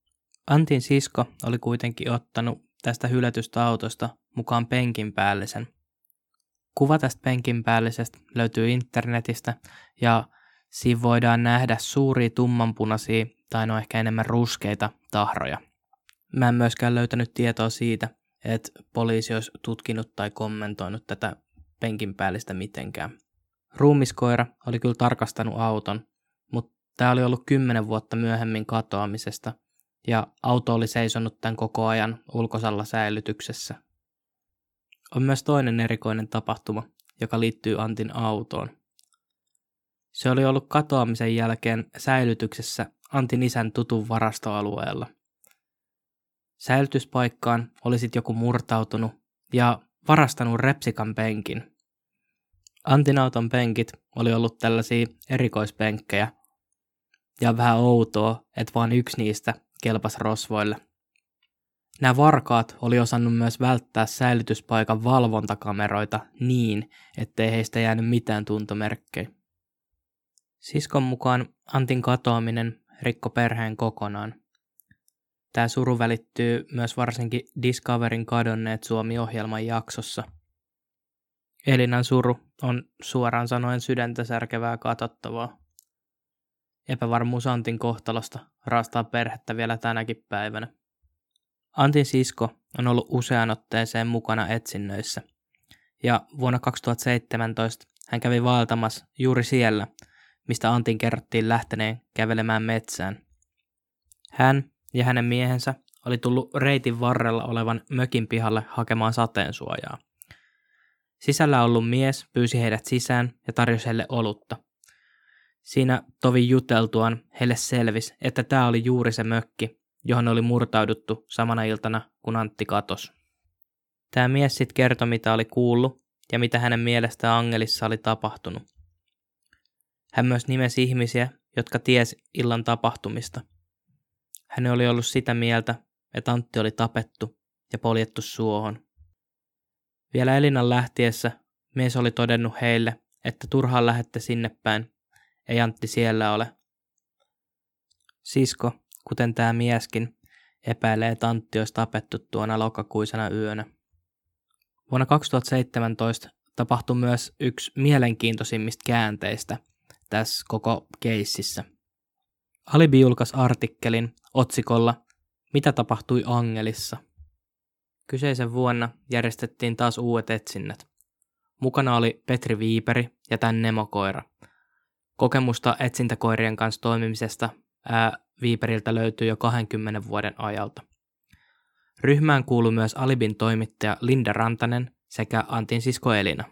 Antin sisko oli kuitenkin ottanut tästä hylätystä autosta mukaan penkin päällisen. Kuva tästä penkin päällisestä löytyy internetistä ja siinä voidaan nähdä suuria tummanpunaisia tai no ehkä enemmän ruskeita tahroja. Mä en myöskään löytänyt tietoa siitä, että poliisi olisi tutkinut tai kommentoinut tätä penkin päällistä mitenkään. Ruumiskoira oli kyllä tarkastanut auton, mutta tämä oli ollut 10 vuotta myöhemmin katoamisesta ja auto oli seisonut tämän koko ajan ulkosalla säilytyksessä. On myös toinen erikoinen tapahtuma, joka liittyy Antin autoon. Se oli ollut katoamisen jälkeen säilytyksessä Antin isän tutun varastoalueella. Säilytyspaikkaan oli sitten joku murtautunut ja varastanut repsikan penkin. Antin auton penkit oli ollut tällaisia erikoispenkkejä ja vähän outoa, että vain yksi niistä kelpasi rosvoille. Nämä varkaat oli osannut myös välttää säilytyspaikan valvontakameroita niin, ettei heistä jäänyt mitään tuntomerkkejä. Siskon mukaan Antin katoaminen rikkoi perheen kokonaan. Tämä suru välittyy myös varsinkin Discoverin Kadonneet Suomi-ohjelman jaksossa. Elinan suru on suoraan sanoen sydäntä särkevää katsottavaa. Epävarmuus Antin kohtalosta raastaa perhettä vielä tänäkin päivänä. Antin sisko on ollut useaan otteeseen mukana etsinnöissä, ja vuonna 2017 hän kävi vaeltamassa juuri siellä, mistä Antin kerrottiin lähteneen kävelemään metsään. Hän ja hänen miehensä oli tullut reitin varrella olevan mökin pihalle hakemaan sateensuojaa. Sisällä ollut mies pyysi heidät sisään ja tarjosi heille olutta. Siinä tovi juteltuaan heille selvisi, että tämä oli juuri se mökki, johon oli murtauduttu samana iltana, kun Antti katosi. Tämä mies sitten kertoi, mitä oli kuullut ja mitä hänen mielestään Angelissa oli tapahtunut. Hän myös nimesi ihmisiä, jotka tiesi illan tapahtumista. Hän oli ollut sitä mieltä, että Antti oli tapettu ja poljettu suohon. Vielä Elinan lähtiessä mies oli todennut heille, että turhaan lähette sinne päin, ei Antti siellä ole. Sisko, kuten tämä mieskin, epäilee, että Antti olisi tapettu tuona lokakuisena yönä. Vuonna 2017 tapahtui myös yksi mielenkiintoisimmista käänteistä tässä koko keississä. Alibi julkaisi artikkelin otsikolla "Mitä tapahtui Angelissa?". Kyseisen vuonna järjestettiin taas uudet etsinnät. Mukana oli Petri Viiperi ja tämän Nemo-koira. Kokemusta etsintäkoirien kanssa toimimisesta Viiperiltä löytyy jo 20 vuoden ajalta. Ryhmään kuului myös Alibin toimittaja Linda Rantanen sekä Antin sisko Elina.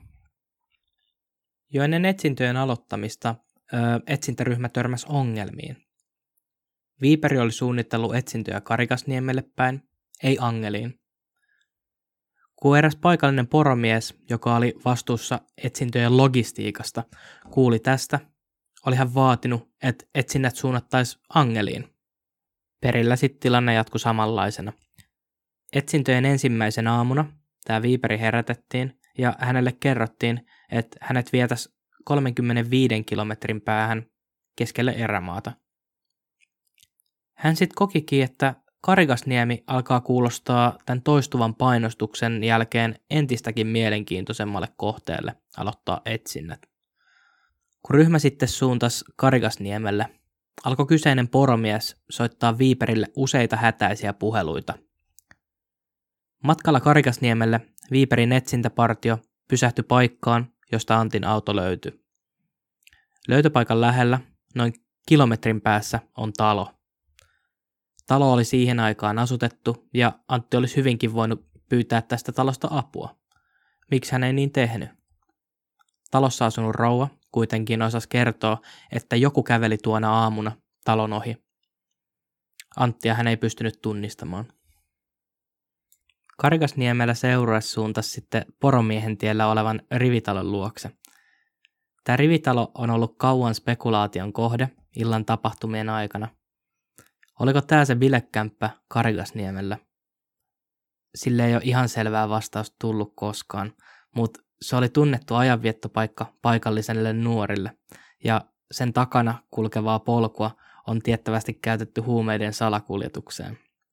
Jo ennen etsintöjen aloittamista etsintäryhmä törmäsi ongelmiin. Viiperi oli suunnitellut etsintöjä Karikasniemelle päin, ei Angeliin. Kun eräs paikallinen poromies, joka oli vastuussa etsintöjen logistiikasta, kuuli tästä, oli hän vaatinut, että etsinnät suunnattaisiin Angeliin. Perillä sitten tilanne jatkui samanlaisena. Etsintöjen ensimmäisenä aamuna tämä Viiperi herätettiin ja hänelle kerrottiin, että hänet vietäisi 35 kilometrin päähän keskelle erämaata. Hän sitten kokikin, että Karikasniemi alkaa kuulostaa tämän toistuvan painostuksen jälkeen entistäkin mielenkiintoisemmalle kohteelle aloittaa etsinnät. Kun ryhmä sitten suuntasi Karikasniemelle, alkoi kyseinen poromies soittaa Viiperille useita hätäisiä puheluita. Matkalla Karikasniemelle Viiperin etsintäpartio pysähtyi paikkaan, josta Antin auto löytyi. Löytöpaikan lähellä, noin kilometrin päässä, on talo. Talo oli siihen aikaan asutettu ja Antti olisi hyvinkin voinut pyytää tästä talosta apua. Miksi hän ei niin tehnyt? Talossa asunut rouva kuitenkin osasi kertoa, että joku käveli tuona aamuna talon ohi. Anttia hän ei pystynyt tunnistamaan. Karikasniemellä seuraus suuntasi sitten Poromiehen tiellä olevan rivitalon luokse. Tämä rivitalo on ollut kauan spekulaation kohde illan tapahtumien aikana. Oliko tämä se bilekämppä Karikasniemellä? Sille ei ole ihan selvää vastausta tullut koskaan, mutta se oli tunnettu ajanviettopaikka paikalliselle nuorille, ja sen takana kulkevaa polkua on tiettävästi käytetty huumeiden salakuljetukseen.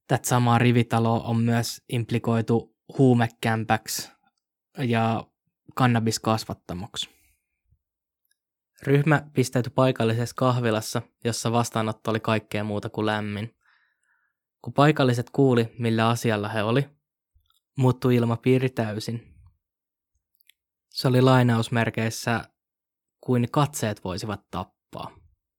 Tätä samaa rivitaloa on myös implikoitu huumekämpäksi ja kannabiskasvattamoksi. Ryhmä pistäytyi paikallisessa kahvilassa, jossa vastaanotto oli kaikkea muuta kuin lämmin. Kun paikalliset kuuli, millä asialla he oli, muuttui ilmapiiri täysin. Se oli lainausmerkeissä kuin katseet voisivat tappaa.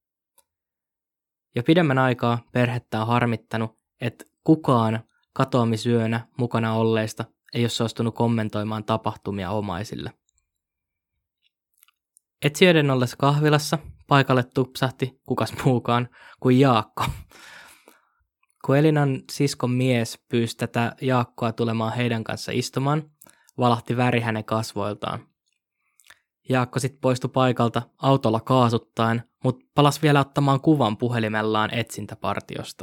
Jo pidemmän aikaa perhettä on harmittanut, että kukaan katoamisyönä mukana olleista ei ole suostunut kommentoimaan tapahtumia omaisille. Etsijöiden ollessa kahvilassa paikalle tupsahti kukas muukaan kuin Jaakko. Kun Elinan siskon mies pyysi tätä Jaakkoa tulemaan heidän kanssa istumaan, valahti väri hänen kasvoiltaan. Jaakko sitten poistui paikalta autolla kaasuttaen, mutta palasi vielä ottamaan kuvan puhelimellaan etsintäpartiosta.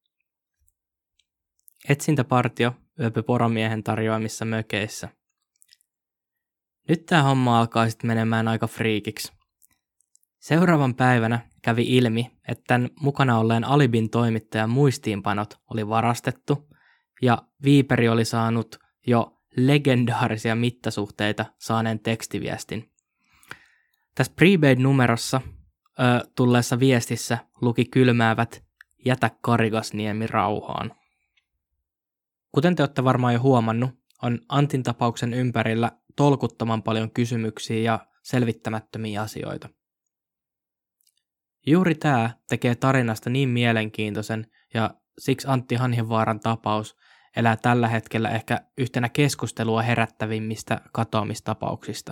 Etsintäpartio yöpyi poromiehen tarjoamissa mökeissä. Nyt tämä homma alkaa sitten menemään aika friikiksi. Seuraavan päivänä kävi ilmi, että tämän mukana olleen Alibin toimittajan muistiinpanot oli varastettu ja Viiperi oli saanut jo legendaarisia mittasuhteita saaneen tekstiviestin. Tässä prepaid-numerossa tulleessa viestissä luki kylmäävät "Jätä Karigasniemi rauhaan". Kuten te olette varmaan jo huomannut, on Antin tapauksen ympärillä tolkuttoman paljon kysymyksiä ja selvittämättömiä asioita. Juuri tämä tekee tarinasta niin mielenkiintoisen ja siksi Antti Hanhivaaran tapaus elää tällä hetkellä ehkä yhtenä keskustelua herättävimmistä katoamistapauksista.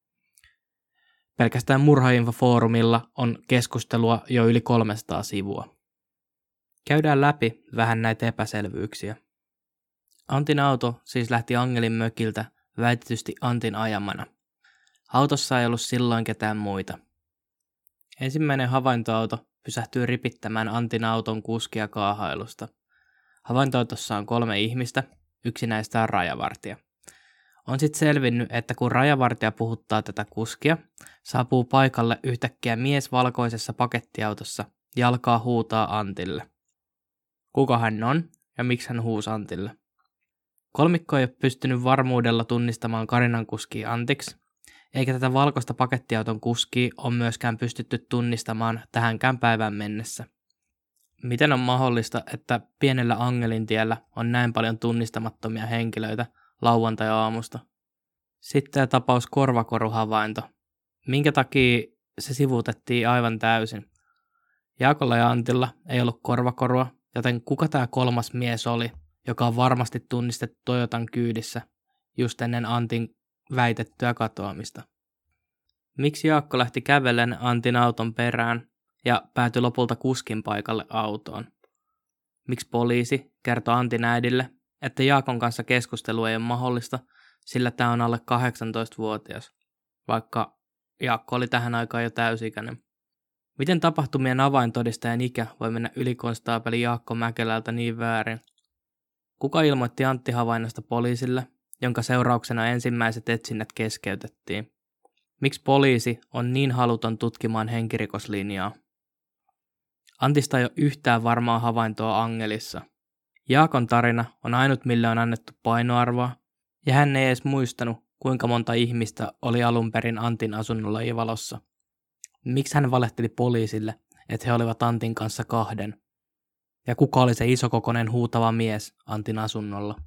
Pelkästään Murhainfo-foorumilla on keskustelua jo yli 300 sivua. Käydään läpi vähän näitä epäselvyyksiä. Antin auto siis lähti Angelin mökiltä väitetysti Antin ajamana. Autossa ei ollut silloin ketään muita. Ensimmäinen havaintoauto pysähtyy ripittämään Antin auton kuskia kaahailusta. Havaintoautossa on 3 ihmistä, yksi näistä on rajavartija. On sitten selvinnyt, että kun rajavartija puhuttaa tätä kuskia, saapuu paikalle yhtäkkiä mies valkoisessa pakettiautossa ja alkaa huutaa Antille. Kuka hän on ja miksi hän huusi Antille? Kolmikko ei ole pystynyt varmuudella tunnistamaan Karinan kuskia Antiksi, eikä tätä valkoista pakettiauton kuskia ole myöskään pystytty tunnistamaan tähänkään päivään mennessä. Miten on mahdollista, että pienellä Angelintiellä on näin paljon tunnistamattomia henkilöitä lauantai-aamusta? Sitten tämä tapaus korvakoruhavainto. Minkä takia se sivuutettiin aivan täysin? Jaakolla ja Antilla ei ollut korvakorua, joten kuka tämä 3. mies oli, joka on varmasti tunnistettu Toyotan kyydissä just ennen Antin väitettyä katoamista? Miksi Jaakko lähti kävellen Antin auton perään ja päätyi lopulta kuskin paikalle autoon? Miksi poliisi kertoi Antin äidille, että Jaakon kanssa keskustelu ei ole mahdollista, sillä tämä on alle 18-vuotias, vaikka Jaakko oli tähän aikaan jo täysikäinen? Miten tapahtumien avaintodistajan ikä voi mennä ylikonstaapeli Jaakko Mäkelältä niin väärin? Kuka ilmoitti Antti havainnosta poliisille, jonka seurauksena ensimmäiset etsinnät keskeytettiin? Miksi poliisi on niin haluton tutkimaan henkirikoslinjaa? Antista ei ole yhtään varmaa havaintoa Angelissa. Jaakon tarina on ainut, mille on annettu painoarvoa, ja hän ei edes muistanut, kuinka monta ihmistä oli alun perin Antin asunnolla Ivalossa. Miksi hän valehteli poliisille, että he olivat Antin kanssa 2? Ja kuka oli se isokokoinen huutava mies Antin asunnolla?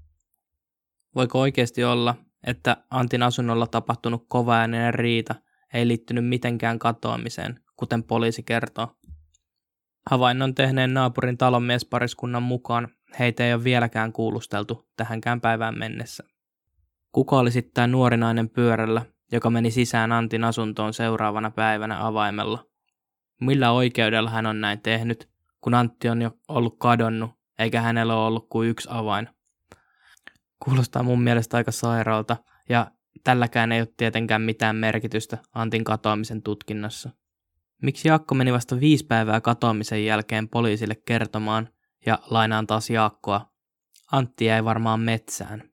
Voiko oikeasti olla, että Antin asunnolla tapahtunut kovaääninen riita ei liittynyt mitenkään katoamiseen, kuten poliisi kertoo? Havainnon tehneen naapurin talonmiespariskunnan mukaan heitä ei ole vieläkään kuulusteltu tähänkään päivään mennessä. Kuka oli sitten tämä nuori nainen pyörällä, joka meni sisään Antin asuntoon seuraavana päivänä avaimella? Millä oikeudella hän on näin tehnyt, kun Antti on jo ollut kadonnut, eikä hänellä ole ollut kuin 1 avain? Kuulostaa mun mielestä aika sairaalta, ja tälläkään ei ole tietenkään mitään merkitystä Antin katoamisen tutkinnassa. Miksi Jaakko meni vasta 5 päivää katoamisen jälkeen poliisille kertomaan, ja lainaan taas Jaakkoa, Antti jäi varmaan metsään?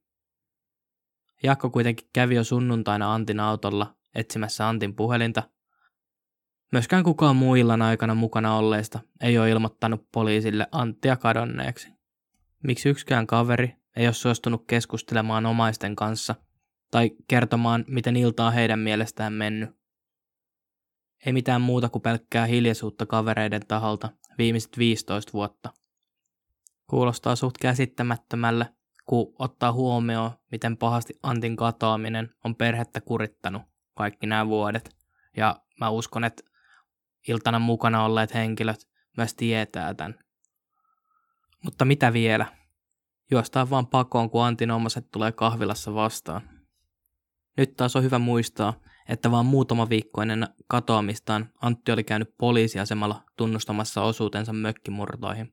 Jaakko kuitenkin kävi jo sunnuntaina Antin autolla etsimässä Antin puhelinta. Myöskään kukaan muu illan aikana mukana olleista ei ole ilmoittanut poliisille Anttia kadonneeksi. Miksi yksikään kaveri ei ole suostunut keskustelemaan omaisten kanssa tai kertomaan, miten ilta on heidän mielestään mennyt? Ei mitään muuta kuin pelkkää hiljaisuutta kavereiden taholta viimeiset 15 vuotta. Kuulostaa suht käsittämättömälle, kun ottaa huomioon, miten pahasti Antin katoaminen on perhettä kurittanut kaikki nämä vuodet. Ja mä uskon, että iltana mukana olleet henkilöt myös tietää tämän. Mutta mitä vielä? Juostaan vaan pakoon, kun Antin omaset tulee kahvilassa vastaan. Nyt taas on hyvä muistaa, että vaan muutama viikko ennen katoamistaan Antti oli käynyt poliisiasemalla tunnustamassa osuutensa mökkimurtoihin.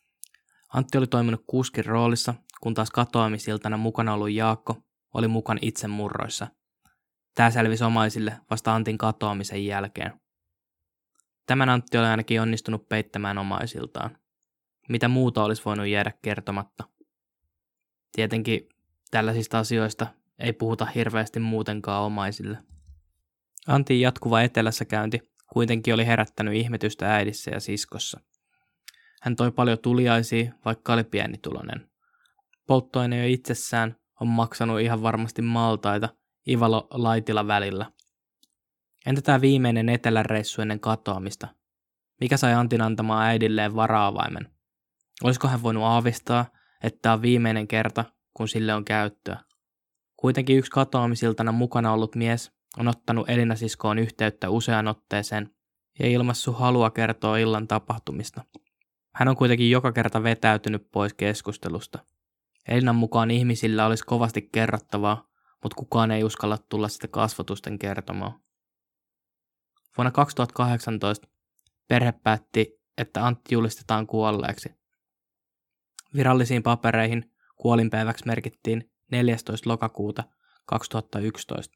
Antti oli toiminut kuskin roolissa, kun taas katoamisiltana mukana ollut Jaakko oli mukana itsemurroissa. Tämä selvisi omaisille vasta Antin katoamisen jälkeen. Tämän Antti oli ainakin onnistunut peittämään omaisiltaan. Mitä muuta olisi voinut jäädä kertomatta? Tietenkin tällaisista asioista ei puhuta hirveästi muutenkaan omaisille. Antin jatkuva etelässä käynti kuitenkin oli herättänyt ihmetystä äidissä ja siskossa. Hän toi paljon tuliaisia, vaikka oli pienituloinen. Polttoaine jo itsessään on maksanut ihan varmasti maltaita Ivalo-Laitila välillä. Entä tämä viimeinen eteläreissu ennen katoamista? Mikä sai Antin antamaan äidilleen varaavaimen? Olisiko hän voinut aavistaa, että tämä on viimeinen kerta, kun sille on käyttöä? Kuitenkin yksi katoamisiltana mukana ollut mies on ottanut Elina-siskoon yhteyttä useaan otteeseen ja ilmaissut halua kertoa illan tapahtumista. Hän on kuitenkin joka kerta vetäytynyt pois keskustelusta. Elinan mukaan ihmisillä olisi kovasti kerrottavaa, mutta kukaan ei uskalla tulla sitä kasvotusten kertomaan. Vuonna 2018 perhe päätti, että Antti julistetaan kuolleeksi. Virallisiin papereihin kuolinpäiväksi merkittiin 14. lokakuuta 2011,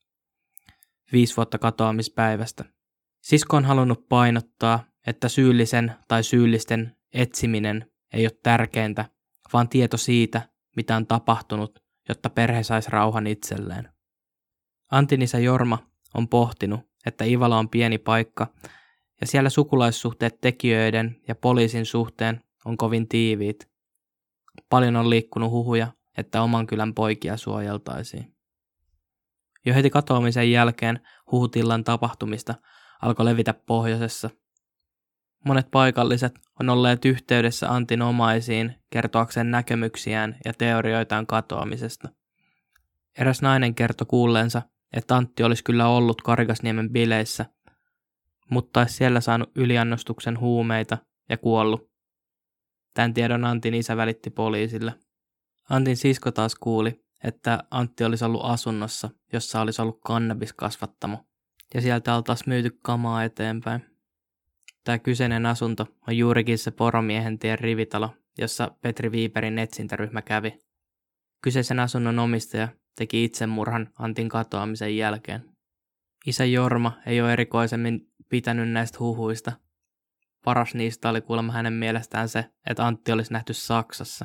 5 vuotta katoamispäivästä. Sisko on halunnut painottaa, että syyllisen tai syyllisten etsiminen ei ole tärkeintä, vaan tieto siitä, mitä on tapahtunut, jotta perhe saisi rauhan itselleen. Antin isä Jorma on pohtinut, että Ivalo on pieni paikka ja siellä sukulaissuhteet tekijöiden ja poliisin suhteen on kovin tiiviit. Paljon on liikkunut huhuja, että oman kylän poikia suojeltaisiin. Jo heti katoamisen jälkeen huhut illan tapahtumista alkoi levitä pohjoisessa. Monet paikalliset on olleet yhteydessä Antin omaisiin kertoakseen näkemyksiään ja teorioitaan katoamisesta. Eräs nainen kertoi kuulleensa, että Antti olisi kyllä ollut Karigasniemen bileissä, mutta olisi siellä saanut yliannostuksen huumeita ja kuollut. Tämän tiedon Antin isä välitti poliisille. Antin sisko taas kuuli, että Antti olisi ollut asunnossa, jossa olisi ollut kannabiskasvattamo, ja sieltä oltaisiin myyty kamaa eteenpäin. Tämä kyseinen asunto on juurikin se Poromiehen tien rivitalo, jossa Petri Viiperin etsintäryhmä kävi. Kyseisen asunnon omistaja teki itsemurhan Antin katoamisen jälkeen. Isä Jorma ei ole erikoisemmin pitänyt näistä huhuista. Paras niistä oli kuulemma hänen mielestään se, että Antti olisi nähty Saksassa.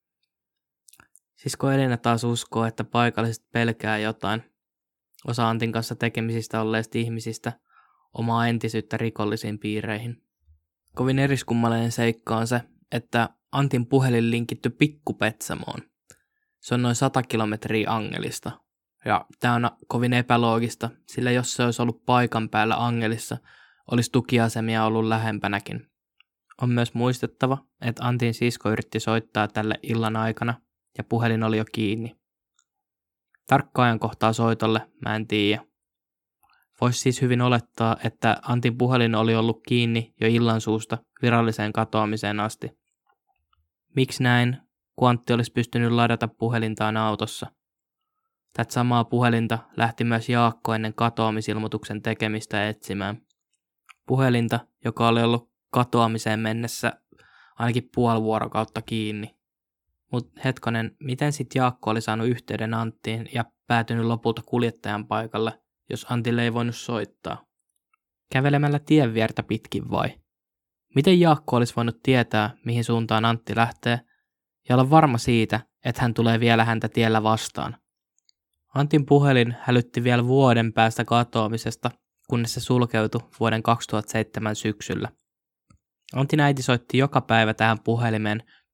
Sisko Elina taas uskoo, että paikalliset pelkää jotain. Osa Antin kanssa tekemisistä olleista ihmisistä omaa entisyyttä rikollisiin piireihin. Kovin eriskummallinen seikka on se, että Antin puhelin linkitty Pikkupetsamoon. Se on noin 100 kilometriä Angelista. Ja tämä on kovin epäloogista, sillä jos se olisi ollut paikan päällä Angelissa, olisi tukiasemia ollut lähempänäkin. On myös muistettava, että Antin sisko yritti soittaa tälle illan aikana, ja puhelin oli jo kiinni. Tarkkaa ajankohtaa soitolle mä en tiedä. Voisi siis hyvin olettaa, että Antin puhelin oli ollut kiinni jo illan suusta viralliseen katoamiseen asti. Miksi näin, kun Antti olisi pystynyt ladata puhelintaan autossa? Tätä samaa puhelinta lähti myös Jaakko ennen katoamisilmoituksen tekemistä etsimään. Puhelinta, joka oli ollut katoamiseen mennessä ainakin puoli vuorokautta kiinni. Mutta hetkonen, miten sitten Jaakko oli saanut yhteyden Anttiin ja päätynyt lopulta kuljettajan paikalle, jos Antille ei voinut soittaa? Kävelemällä tien viertä pitkin vai? Miten Jaakko olisi voinut tietää, mihin suuntaan Antti lähtee, ja olla varma siitä, että hän tulee vielä häntä tiellä vastaan? Antin puhelin hälytti vielä vuoden päästä katoamisesta, kunnes se sulkeutui vuoden 2007 syksyllä. Antin äiti soitti joka päivä tähän puhelimeen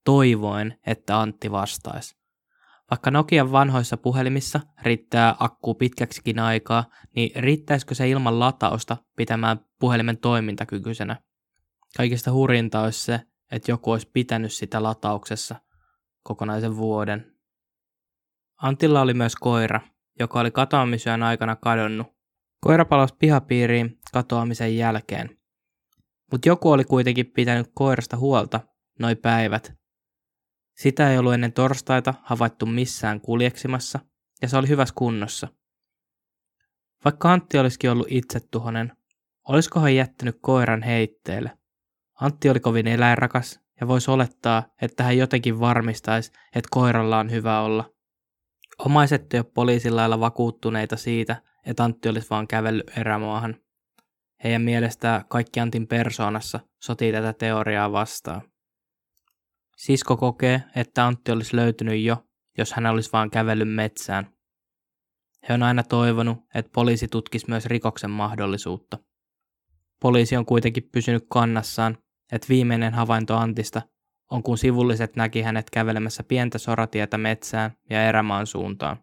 toivoen, että Antti vastaisi. Vaikka Nokian vanhoissa puhelimissa riittää akkuu pitkäksikin aikaa, niin riittäisikö se ilman latausta pitämään puhelimen toimintakykyisenä? Kaikista hurjinta olisi se, että joku olisi pitänyt sitä latauksessa kokonaisen vuoden. Antilla oli myös koira, joka oli katoamisyön aikana kadonnut. Koira palasi pihapiiriin katoamisen jälkeen. Mutta joku oli kuitenkin pitänyt koirasta huolta noi päivät. Sitä ei ollut ennen torstaita havaittu missään kuljeksimassa, ja se oli hyvässä kunnossa. Vaikka Antti olisikin ollut itsetuhoinen, olisiko hän jättänyt koiran heitteelle? Antti oli kovin eläinrakas, ja voisi olettaa, että hän jotenkin varmistaisi, että koiralla on hyvä olla. Omaiset ei ole poliisin lailla vakuuttuneita siitä, että Antti olisi vaan kävellyt erämaahan. Heidän mielestään kaikki Antin persoonassa sotii tätä teoriaa vastaan. Sisko kokee, että Antti olisi löytynyt jo, jos hän olisi vaan kävellyt metsään. He on aina toivonut, että poliisi tutkisi myös rikoksen mahdollisuutta. Poliisi on kuitenkin pysynyt kannassaan, että viimeinen havainto Antista on, kun sivulliset näki hänet kävelemässä pientä soratietä metsään ja erämaan suuntaan.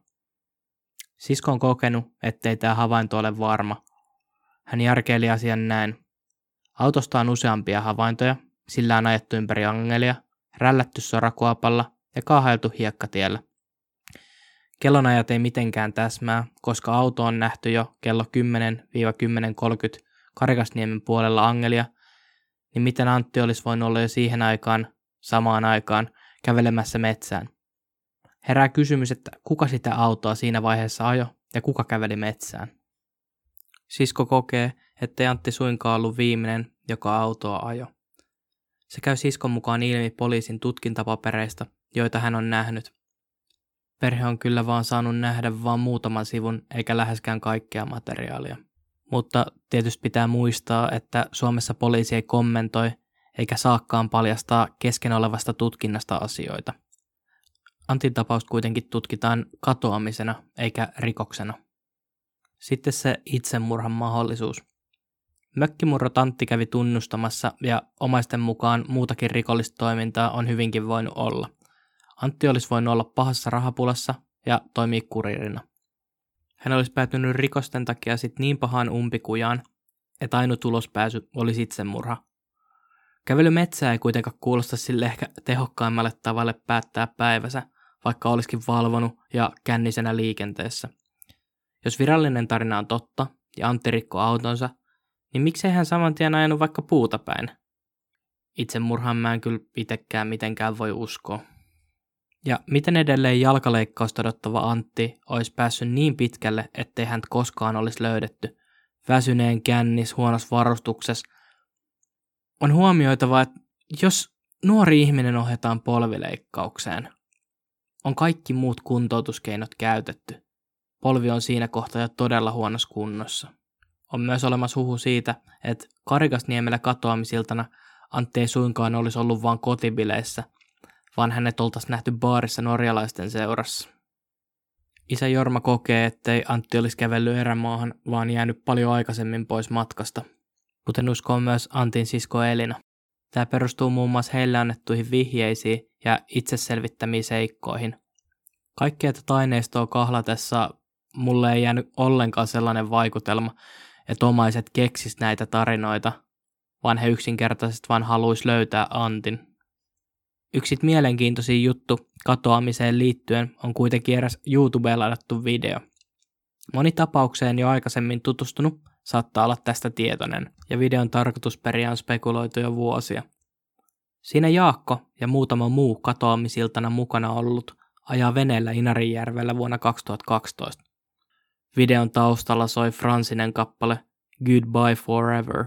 Sisko on kokenut, ettei tämä havainto ole varma. Hän järkeili asian näin. Autosta on useampia havaintoja, sillä on ajettu ympäri Angelia, rällätty sorakuopalla ja kaahailtu hiekkatiellä. Kellonajat ei mitenkään täsmää, koska auto on nähty jo kello 10-10.30 Karikasniemen puolella Angelia, niin miten Antti olisi voinut olla jo samaan aikaan kävelemässä metsään. Herää kysymys, että kuka sitä autoa siinä vaiheessa ajo ja kuka käveli metsään. Sisko kokee, ettei Antti suinkaan ollut viimeinen, joka autoa ajo. Se käy siskon mukaan ilmi poliisin tutkintapapereista, joita hän on nähnyt. Perhe on kyllä vaan saanut nähdä vaan muutaman sivun eikä läheskään kaikkea materiaalia. Mutta tietysti pitää muistaa, että Suomessa poliisi ei kommentoi eikä saakkaan paljastaa kesken olevasta tutkinnasta asioita. Antin tapaus kuitenkin tutkitaan katoamisena eikä rikoksena. Sitten se itsemurhan mahdollisuus. Mökkimurrot Antti kävi tunnustamassa ja omaisten mukaan muutakin rikollista toimintaa on hyvinkin voinut olla. Antti olisi voinut olla pahassa rahapulassa ja toimia kuririna. Hän olisi päätynyt rikosten takia sitten niin pahaan umpikujaan, että ainut ulospääsy olisi itsemurha. Kävely metsää ei kuitenkaan kuulosta sille ehkä tehokkaimmalle tavalle päättää päivänsä, vaikka olisikin valvonut ja kännisenä liikenteessä. Jos virallinen tarina on totta ja Antti rikkoi autonsa, niin miksei hän saman tien ajanut vaikka puuta päin? Itsemurhaan mä en kyllä itsekään mitenkään voi uskoa. Ja miten edelleen jalkaleikkausta odottava Antti olisi päässyt niin pitkälle, ettei häntä koskaan olisi löydetty. Väsyneen kännis, huonossa varustuksessa. On huomioitava, että jos nuori ihminen ohjataan polvileikkaukseen, on kaikki muut kuntoutuskeinot käytetty. Polvi on siinä kohtaa jo todella huonossa kunnossa. On myös olemassa huhu siitä, että Karikasniemellä katoamisiltana Antti ei suinkaan olisi ollut vain kotibileissä, vaan hänet oltaisiin nähty baarissa norjalaisten seurassa. Isä Jorma kokee, ettei Antti olisi kävellyt erämaahan, vaan jäänyt paljon aikaisemmin pois matkasta, kuten uskoo myös Antin sisko Elina. Tämä perustuu muun muassa heille annettuihin vihjeisiin ja itseselvittämiin seikkoihin. Kaikkea tätä aineistoa kahlatessa mulle ei jäänyt ollenkaan sellainen vaikutelma, että omaiset keksis näitä tarinoita, vaan he yksinkertaisesti vaan haluaisi löytää Antin. Yksi mielenkiintoisin juttu katoamiseen liittyen on kuitenkin eräs YouTubeen ladattu video. Moni tapaukseen jo aikaisemmin tutustunut saattaa olla tästä tietoinen, ja videon tarkoitusperiä on spekuloitu jo vuosia. Siinä Jaakko ja muutama muu katoamisiltana mukana ollut ajaa veneellä Inarijärvellä vuonna 2012. Videon taustalla soi Fransinen kappale Goodbye Forever.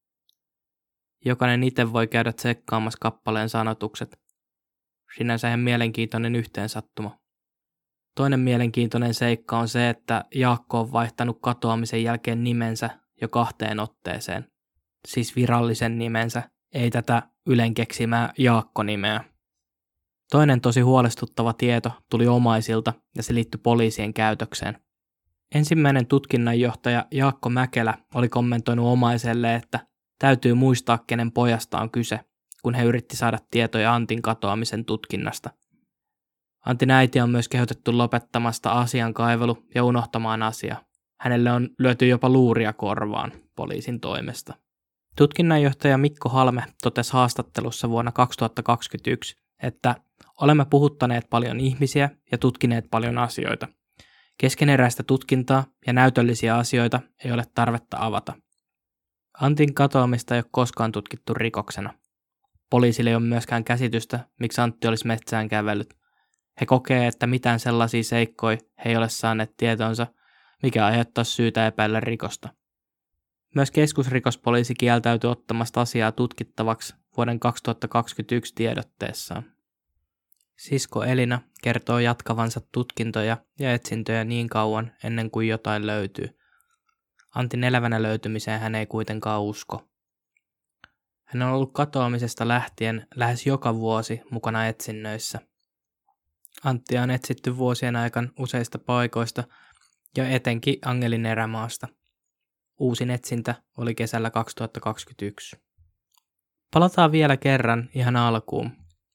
Jokainen itse voi käydä tsekkaamassa kappaleen sanotukset. Sinänsä ihan mielenkiintoinen yhteensattuma. Toinen mielenkiintoinen seikka on se, että Jaakko on vaihtanut katoamisen jälkeen nimensä jo 2 otteeseen. Siis virallisen nimensä, ei tätä Ylen keksimää Jaakko-nimeä. Toinen tosi huolestuttava tieto tuli omaisilta ja se liittyi poliisien käytökseen. Ensimmäinen tutkinnanjohtaja Jaakko Mäkelä oli kommentoinut omaiselle, että täytyy muistaa, kenen pojasta on kyse, kun he yritti saada tietoja Antin katoamisen tutkinnasta. Antin äiti on myös kehotettu lopettamasta asian kaivelu ja unohtamaan asia. Hänelle on lyöty jopa luuria korvaan poliisin toimesta. Tutkinnanjohtaja Mikko Halme totesi haastattelussa vuonna 2021, että olemme puhuttaneet paljon ihmisiä ja tutkineet paljon asioita. Keskeneräistä tutkintaa ja näytöllisiä asioita ei ole tarvetta avata. Antin katoamista ei ole koskaan tutkittu rikoksena. Poliisille ei ole myöskään käsitystä, miksi Antti olisi metsään kävellyt. He kokee, että mitään sellaisia seikkoja he ei ole saaneet tietonsa, mikä aiheuttaa syytä epäillä rikosta. Myös keskusrikospoliisi kieltäytyi ottamasta asiaa tutkittavaksi vuoden 2021 tiedotteessaan. Sisko Elina kertoo jatkavansa tutkintoja ja etsintöjä niin kauan ennen kuin jotain löytyy. Antin elävänä löytymiseen hän ei kuitenkaan usko. Hän on ollut katoamisesta lähtien lähes joka vuosi mukana etsinnöissä. Anttia on etsitty vuosien aikana useista paikoista ja etenkin Angelin erämaasta. Uusin etsintä oli kesällä 2021. Palataan vielä kerran ihan alkuun.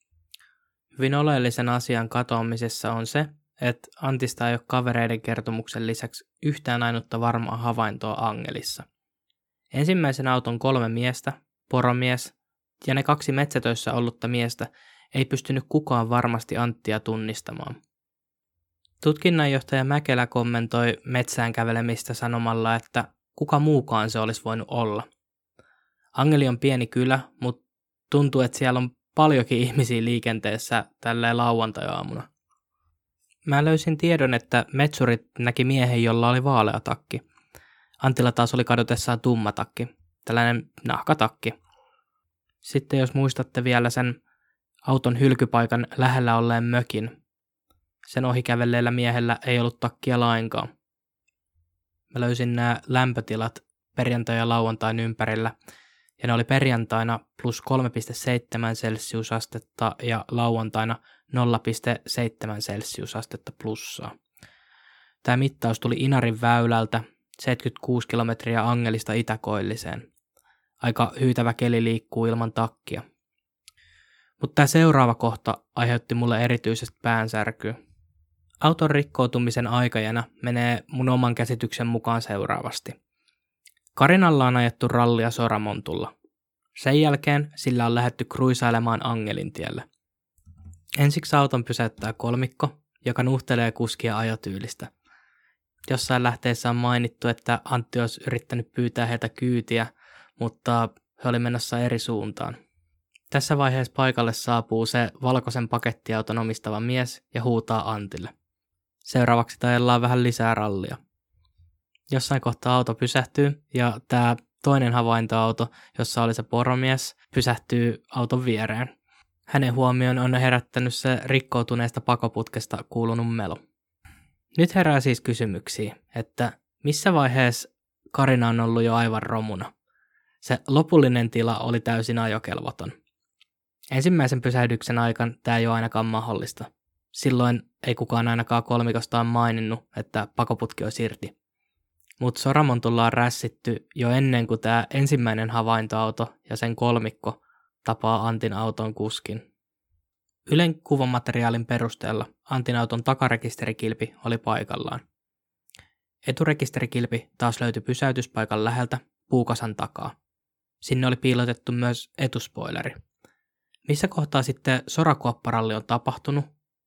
Hyvin oleellisen asian katoamisessa on se, että Antista ei ole kavereiden kertomuksen lisäksi yhtään ainutta varmaa havaintoa Angelissa. Ensimmäisen auton 3 miestä, poromies ja ne 2 metsätöissä ollutta miestä ei pystynyt kukaan varmasti Anttia tunnistamaan. Tutkinnanjohtaja Mäkelä kommentoi metsään kävelemistä sanomalla, että kuka muukaan se olisi voinut olla. Angeli on pieni kylä, mutta tuntuu, että siellä on paljonkin ihmisiä liikenteessä tälleen lauantai-aamuna. Mä löysin tiedon, että metsurit näki miehen, jolla oli vaalea takki. Antilla taas oli kadotessaan tumma takki, tällainen nahkatakki. Sitten jos muistatte vielä sen auton hylkypaikan lähellä olleen mökin, sen ohikävelleellä miehellä ei ollut takkia lainkaan. Mä löysin nämä lämpötilat perjantai- ja lauantain ympärillä, ja ne oli perjantaina plus 3,7 celsiusastetta ja lauantaina 0,7 celsiusastetta plussaa. Tämä mittaus tuli Inarin väylältä 76 kilometriä Angelista Itäkoilliseen. Aika hyytävä keli liikkuu ilman takkia. Mutta tämä seuraava kohta aiheutti mulle erityisesti päänsärkyä. Auton rikkoutumisen aikajana menee mun oman käsityksen mukaan seuraavasti. Karinalla on ajettu rallia Soramontulla. Sen jälkeen sillä on lähdetty kruisailemaan Angelin tielle. Ensiksi auton pysäyttää kolmikko, joka nuhtelee kuskia ajotyylistä. Jossain lähteessä on mainittu, että Antti olisi yrittänyt pyytää heitä kyytiä, mutta he oli menossa eri suuntaan. Tässä vaiheessa paikalle saapuu se valkoisen pakettiauton omistava mies ja huutaa Antille. Seuraavaksi tajellaan vähän lisää rallia. Jossain kohtaa auto pysähtyy ja tämä toinen havaintoauto, jossa oli se poromies, pysähtyy auton viereen. Hänen huomioon on herättänyt se rikkoutuneesta pakoputkesta kuulunut melu. Nyt herää siis kysymyksiä, että missä vaiheessa Karina on ollut jo aivan romuna? Se lopullinen tila oli täysin ajokelvoton. Ensimmäisen pysähdyksen aikana tämä ei ole ainakaan mahdollista. Silloin ei kukaan ainakaan kolmikostaan maininnut, että pakoputki olisi irti. Mutta Soramontulla on rässitty jo ennen kuin tämä ensimmäinen havaintoauto ja sen kolmikko tapaa Antin auton kuskin. Ylen kuvamateriaalin perusteella Antin auton takarekisterikilpi oli paikallaan. Eturekisterikilpi taas löytyi pysäytyspaikan läheltä puukasan takaa. Sinne oli piilotettu myös etuspoileri. Missä kohtaa sitten sorakuopparalli on tapahtunut?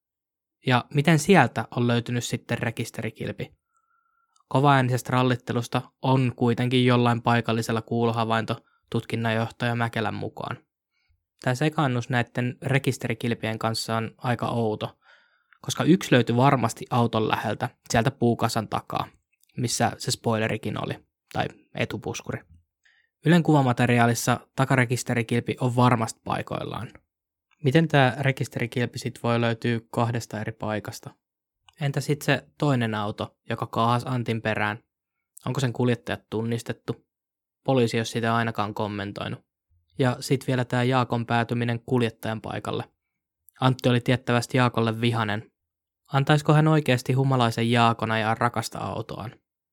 Ja miten sieltä on löytynyt sitten rekisterikilpi? Kovaäänisestä rallittelusta on kuitenkin jollain paikallisella kuulohavainto tutkinnanjohtaja Mäkelän mukaan. Tämä sekaannus näiden rekisterikilpien kanssa on aika outo, koska yksi löytyi varmasti auton läheltä, sieltä puukasan takaa, missä se spoilerikin oli, tai etupuskuri. Ylen kuvamateriaalissa takarekisterikilpi on varmasti paikoillaan. Miten tämä rekisterikilpi sit voi löytyä 2 eri paikasta? Entä sitten se toinen auto, joka kaahasi Antin perään? Onko sen kuljettajat tunnistettu? Poliisi ei ole sitä ainakaan kommentoinut. Ja sitten vielä tämä Jaakon päätyminen kuljettajan paikalle. Antti oli tiettävästi Jaakolle vihanen. Antaisiko hän oikeasti humalaisen Jaakon ajaa rakasta autoaan?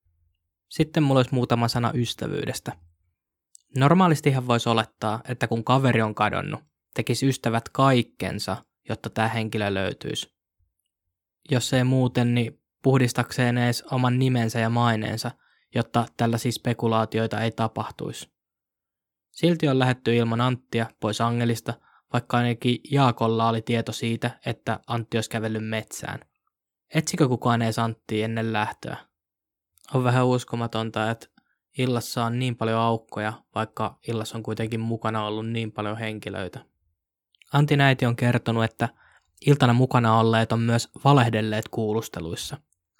Sitten mulla olisi muutama sana ystävyydestä. Normaalistihan voisi olettaa, että kun kaveri on kadonnut, tekisi ystävät kaikkensa, jotta tämä henkilö löytyisi. Jos ei muuten, niin puhdistakseen edes oman nimensä ja maineensa, jotta tällaisia spekulaatioita ei tapahtuisi. Silti on lähdetty ilman Anttia pois Angelista, vaikka ainakin Jaakolla oli tieto siitä, että Antti olisi kävellyt metsään. Etsikö kukaan edes Anttia ennen lähtöä? On vähän uskomatonta, että illassa on niin paljon aukkoja, vaikka illassa on kuitenkin mukana ollut niin paljon henkilöitä. Antin äiti on kertonut, että iltana mukana olleet on myös valehdelleet kuulusteluissa.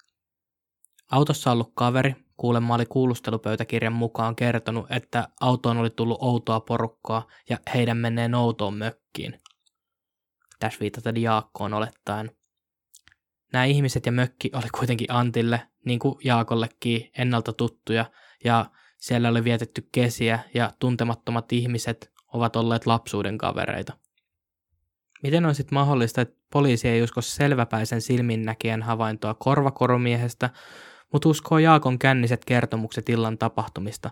Autossa ollut kaveri kuulemma oli kuulustelupöytäkirjan mukaan kertonut, että autoon oli tullut outoa porukkaa ja heidän menneen outoon mökkiin. Tässä viitataan Jaakkoon olettaen. Nämä ihmiset ja mökki oli kuitenkin Antille, niin kuin Jaakollekin, ennalta tuttuja, ja siellä oli vietetty kesiä, ja tuntemattomat ihmiset ovat olleet lapsuuden kavereita. Miten on sitten mahdollista, että poliisi ei usko selväpäisen silminnäkijän havaintoa korvakoromiehestä, mutta uskoo Jaakon känniset kertomukset illan tapahtumista,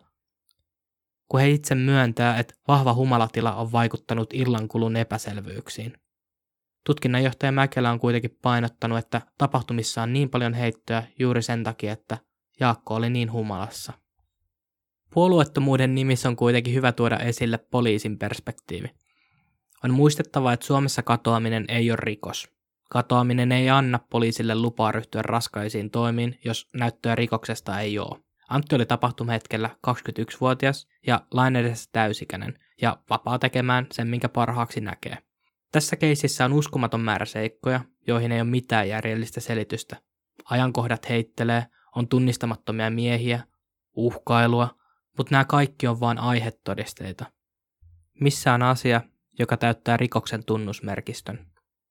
kun he itse myöntää, että vahva humalatila on vaikuttanut illankulun epäselvyyksiin. Tutkinnanjohtaja Mäkelä on kuitenkin painottanut, että tapahtumissa on niin paljon heittoja juuri sen takia, että Jaakko oli niin humalassa. Puolueettomuuden nimissä on kuitenkin hyvä tuoda esille poliisin perspektiivi. On muistettava, että Suomessa katoaminen ei ole rikos. Katoaminen ei anna poliisille lupaa ryhtyä raskaisiin toimiin, jos näyttöä rikoksesta ei ole. Antti oli tapahtumahetkellä 21-vuotias ja lain edessä täysikäinen ja vapaa tekemään sen, minkä parhaaksi näkee. Tässä keisissä on uskomaton määrä seikkoja, joihin ei ole mitään järjellistä selitystä. Ajankohdat heittelee, on tunnistamattomia miehiä, uhkailua, mutta nämä kaikki on vain aihetodisteita. Missä on asia, joka täyttää rikoksen tunnusmerkistön?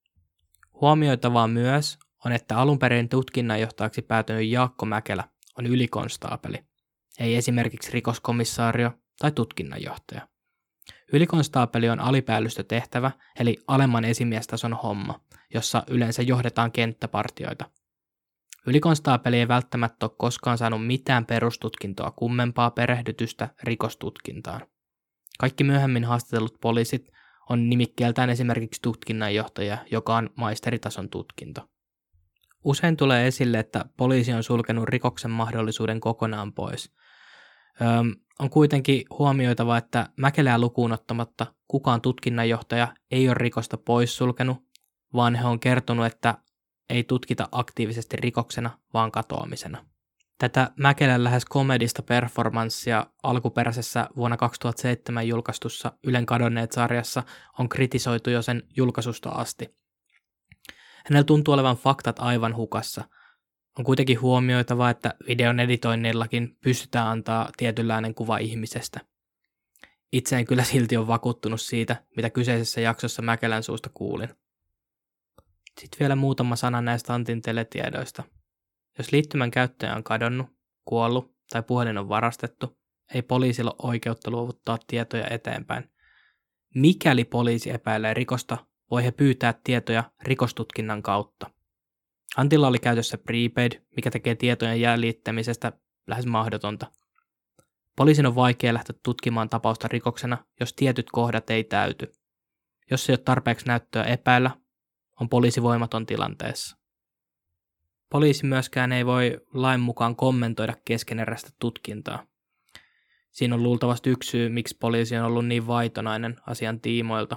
Huomioitavaa myös on, että alunperin tutkinnanjohtajaksi päätynyt Jaakko Mäkelä on ylikonstaapeli, ei esimerkiksi rikoskomissaario tai tutkinnanjohtaja. Ylikonstaapeli on alipäällystötehtävä, eli alemman esimiestason homma, jossa yleensä johdetaan kenttäpartioita. Ylikonstaapeli ei välttämättä ole koskaan saanut mitään perustutkintoa kummempaa perehdytystä rikostutkintaan. Kaikki myöhemmin haastatellut poliisit on nimikkeeltään esimerkiksi tutkinnanjohtaja, joka on maisteritason tutkinto. Usein tulee esille, että poliisi on sulkenut rikoksen mahdollisuuden kokonaan pois. On kuitenkin huomioitava, että Mäkelää lukuun ottamatta kukaan tutkinnanjohtaja ei ole rikosta poissulkenut, vaan he on kertonut, että ei tutkita aktiivisesti rikoksena, vaan katoamisena. Tätä Mäkelän lähes komedista performanssia alkuperäisessä vuonna 2007 julkaistussa Ylen Kadonneet-sarjassa on kritisoitu jo sen julkaisusta asti. Hänellä tuntuu olevan faktat aivan hukassa. On kuitenkin huomioitava, että videon editoinnillakin pystytään antaa tietynlainen kuva ihmisestä. Itse en kyllä silti ole vakuuttunut siitä, mitä kyseisessä jaksossa Mäkelän suusta kuulin. Sitten vielä muutama sana näistä Antin teletiedoista. Jos liittymän käyttäjä on kadonnut, kuollut tai puhelin on varastettu, ei poliisilla ole oikeutta luovuttaa tietoja eteenpäin. Mikäli poliisi epäilee rikosta, voi he pyytää tietoja rikostutkinnan kautta. Antilla oli käytössä prepaid, mikä tekee tietojen jäljittämisestä lähes mahdotonta. Poliisin on vaikea lähteä tutkimaan tapausta rikoksena, jos tietyt kohdat ei täyty. Jos ei ole tarpeeksi näyttöä epäillä, on poliisi voimaton tilanteessa. Poliisi myöskään ei voi lain mukaan kommentoida keskeneräistä tutkintaa. Siinä on luultavasti yksi syy, miksi poliisi on ollut niin vaitonainen asian tiimoilta.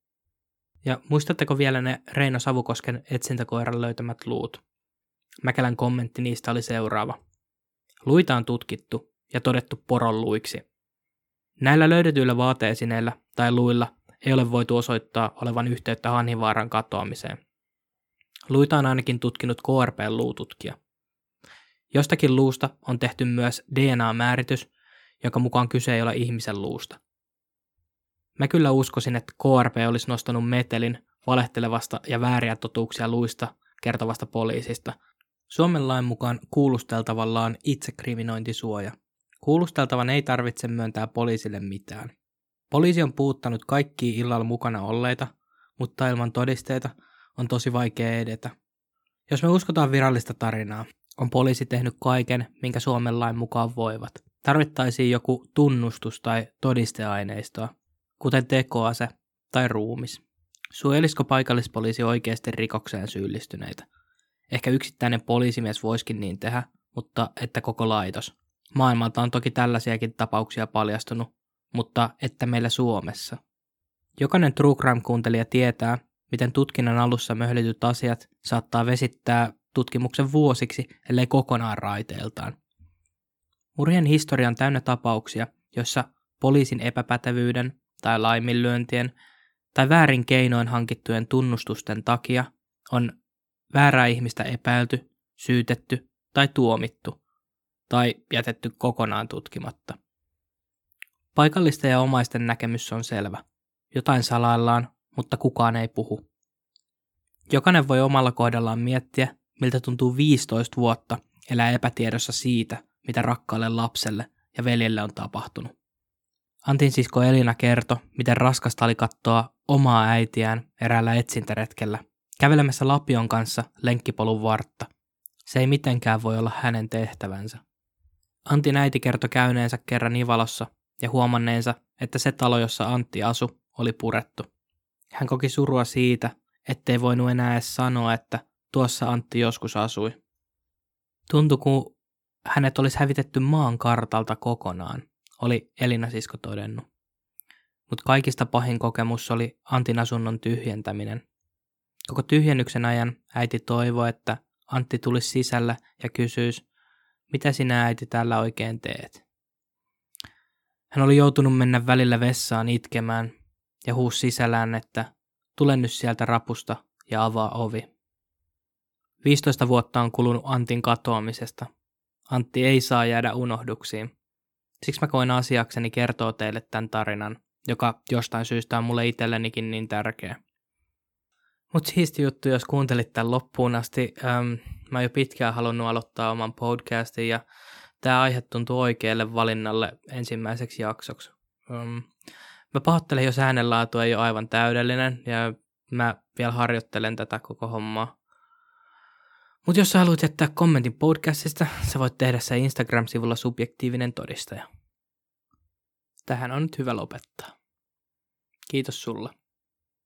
Ja muistatteko vielä ne Reino Savukosken etsintäkoiran löytämät luut? Mäkelän kommentti niistä oli seuraava. Luita on tutkittu ja todettu poronluiksi. Näillä löydetyillä vaateesineillä tai luilla ei ole voitu osoittaa olevan yhteyttä Hanhivaaran katoamiseen. Luita on ainakin tutkinut KRP-luututkija. Jostakin luusta on tehty myös DNA-määritys, jonka mukaan kyse ei ole ihmisen luusta. Mä kyllä uskoisin, että KRP olisi nostanut metelin valehtelevasta ja vääriä totuuksia luista kertovasta poliisista. Suomen lain mukaan kuulusteltavalla on itsekriminointisuoja. Kuulusteltavan ei tarvitse myöntää poliisille mitään. Poliisi on puuttanut kaikkia illalla mukana olleita, mutta ilman todisteita on tosi vaikea edetä. Jos me uskotaan virallista tarinaa, on poliisi tehnyt kaiken, minkä Suomen lain mukaan voivat. Tarvittaisiin joku tunnustus tai todisteaineistoa, kuten tekoase tai ruumis. Suojelisiko paikallispoliisi oikeasti rikokseen syyllistyneitä? Ehkä yksittäinen poliisimies voisikin niin tehdä, mutta että koko laitos. Maailmalta on toki tällaisiakin tapauksia paljastunut, mutta että meillä Suomessa. Jokainen True Crime-kuuntelija tietää, miten tutkinnan alussa möhlityt asiat saattaa vesittää tutkimuksen vuosiksi, ellei kokonaan raiteiltaan. Murhien historia on täynnä tapauksia, joissa poliisin epäpätevyyden tai laiminlyöntien tai väärin keinoin hankittujen tunnustusten takia on väärää ihmistä epäilty, syytetty tai tuomittu tai jätetty kokonaan tutkimatta. Paikallisten ja omaisten näkemys on selvä. Jotain salaillaan, mutta kukaan ei puhu. Jokainen voi omalla kohdallaan miettiä, miltä tuntuu 15 vuotta elää epätiedossa siitä, mitä rakkaalle lapselle ja veljelle on tapahtunut. Antin sisko Elina kertoi, miten raskasta oli katsoa omaa äitiään eräällä etsintäretkellä, kävelemässä lapion kanssa lenkkipolun vartta. Se ei mitenkään voi olla hänen tehtävänsä. Antin äiti kertoi käyneensä kerran Ivalossa ja huomanneensa, että se talo, jossa Antti asui, oli purettu. Hän koki surua siitä, ettei voinut enää edes sanoa, että tuossa Antti joskus asui. Tuntui, kun hänet olisi hävitetty maan kartalta kokonaan, oli Elina sisko todennut. Mutta kaikista pahin kokemus oli Antin asunnon tyhjentäminen. Koko tyhjennyksen ajan äiti toivoi, että Antti tulisi sisällä ja kysyisi, mitä sinä äiti täällä oikein teet. Hän oli joutunut mennä välillä vessaan itkemään ja huusi sisällään, että tule nyt sieltä rapusta ja avaa ovi. 15 vuotta on kulunut Antin katoamisesta. Antti ei saa jäädä unohduksiin. Siksi mä koin asiakseni kertoa teille tämän tarinan, joka jostain syystä on mulle itsellenikin niin tärkeä. Mutta siisti juttu, jos kuuntelit tämän loppuun asti. Mä oon jo pitkään halunnut aloittaa oman podcastin ja tämä aihe tuntuu oikealle valinnalle ensimmäiseksi jaksoksi. Mä pahoittelen, jos äänenlaatu ei ole aivan täydellinen ja mä vielä harjoittelen tätä koko hommaa. Mutta jos sä haluat jättää kommentin podcastista, sä voit tehdä se Instagram-sivulla Subjektiivinen todistaja. Tähän on nyt hyvä lopettaa. Kiitos sulle.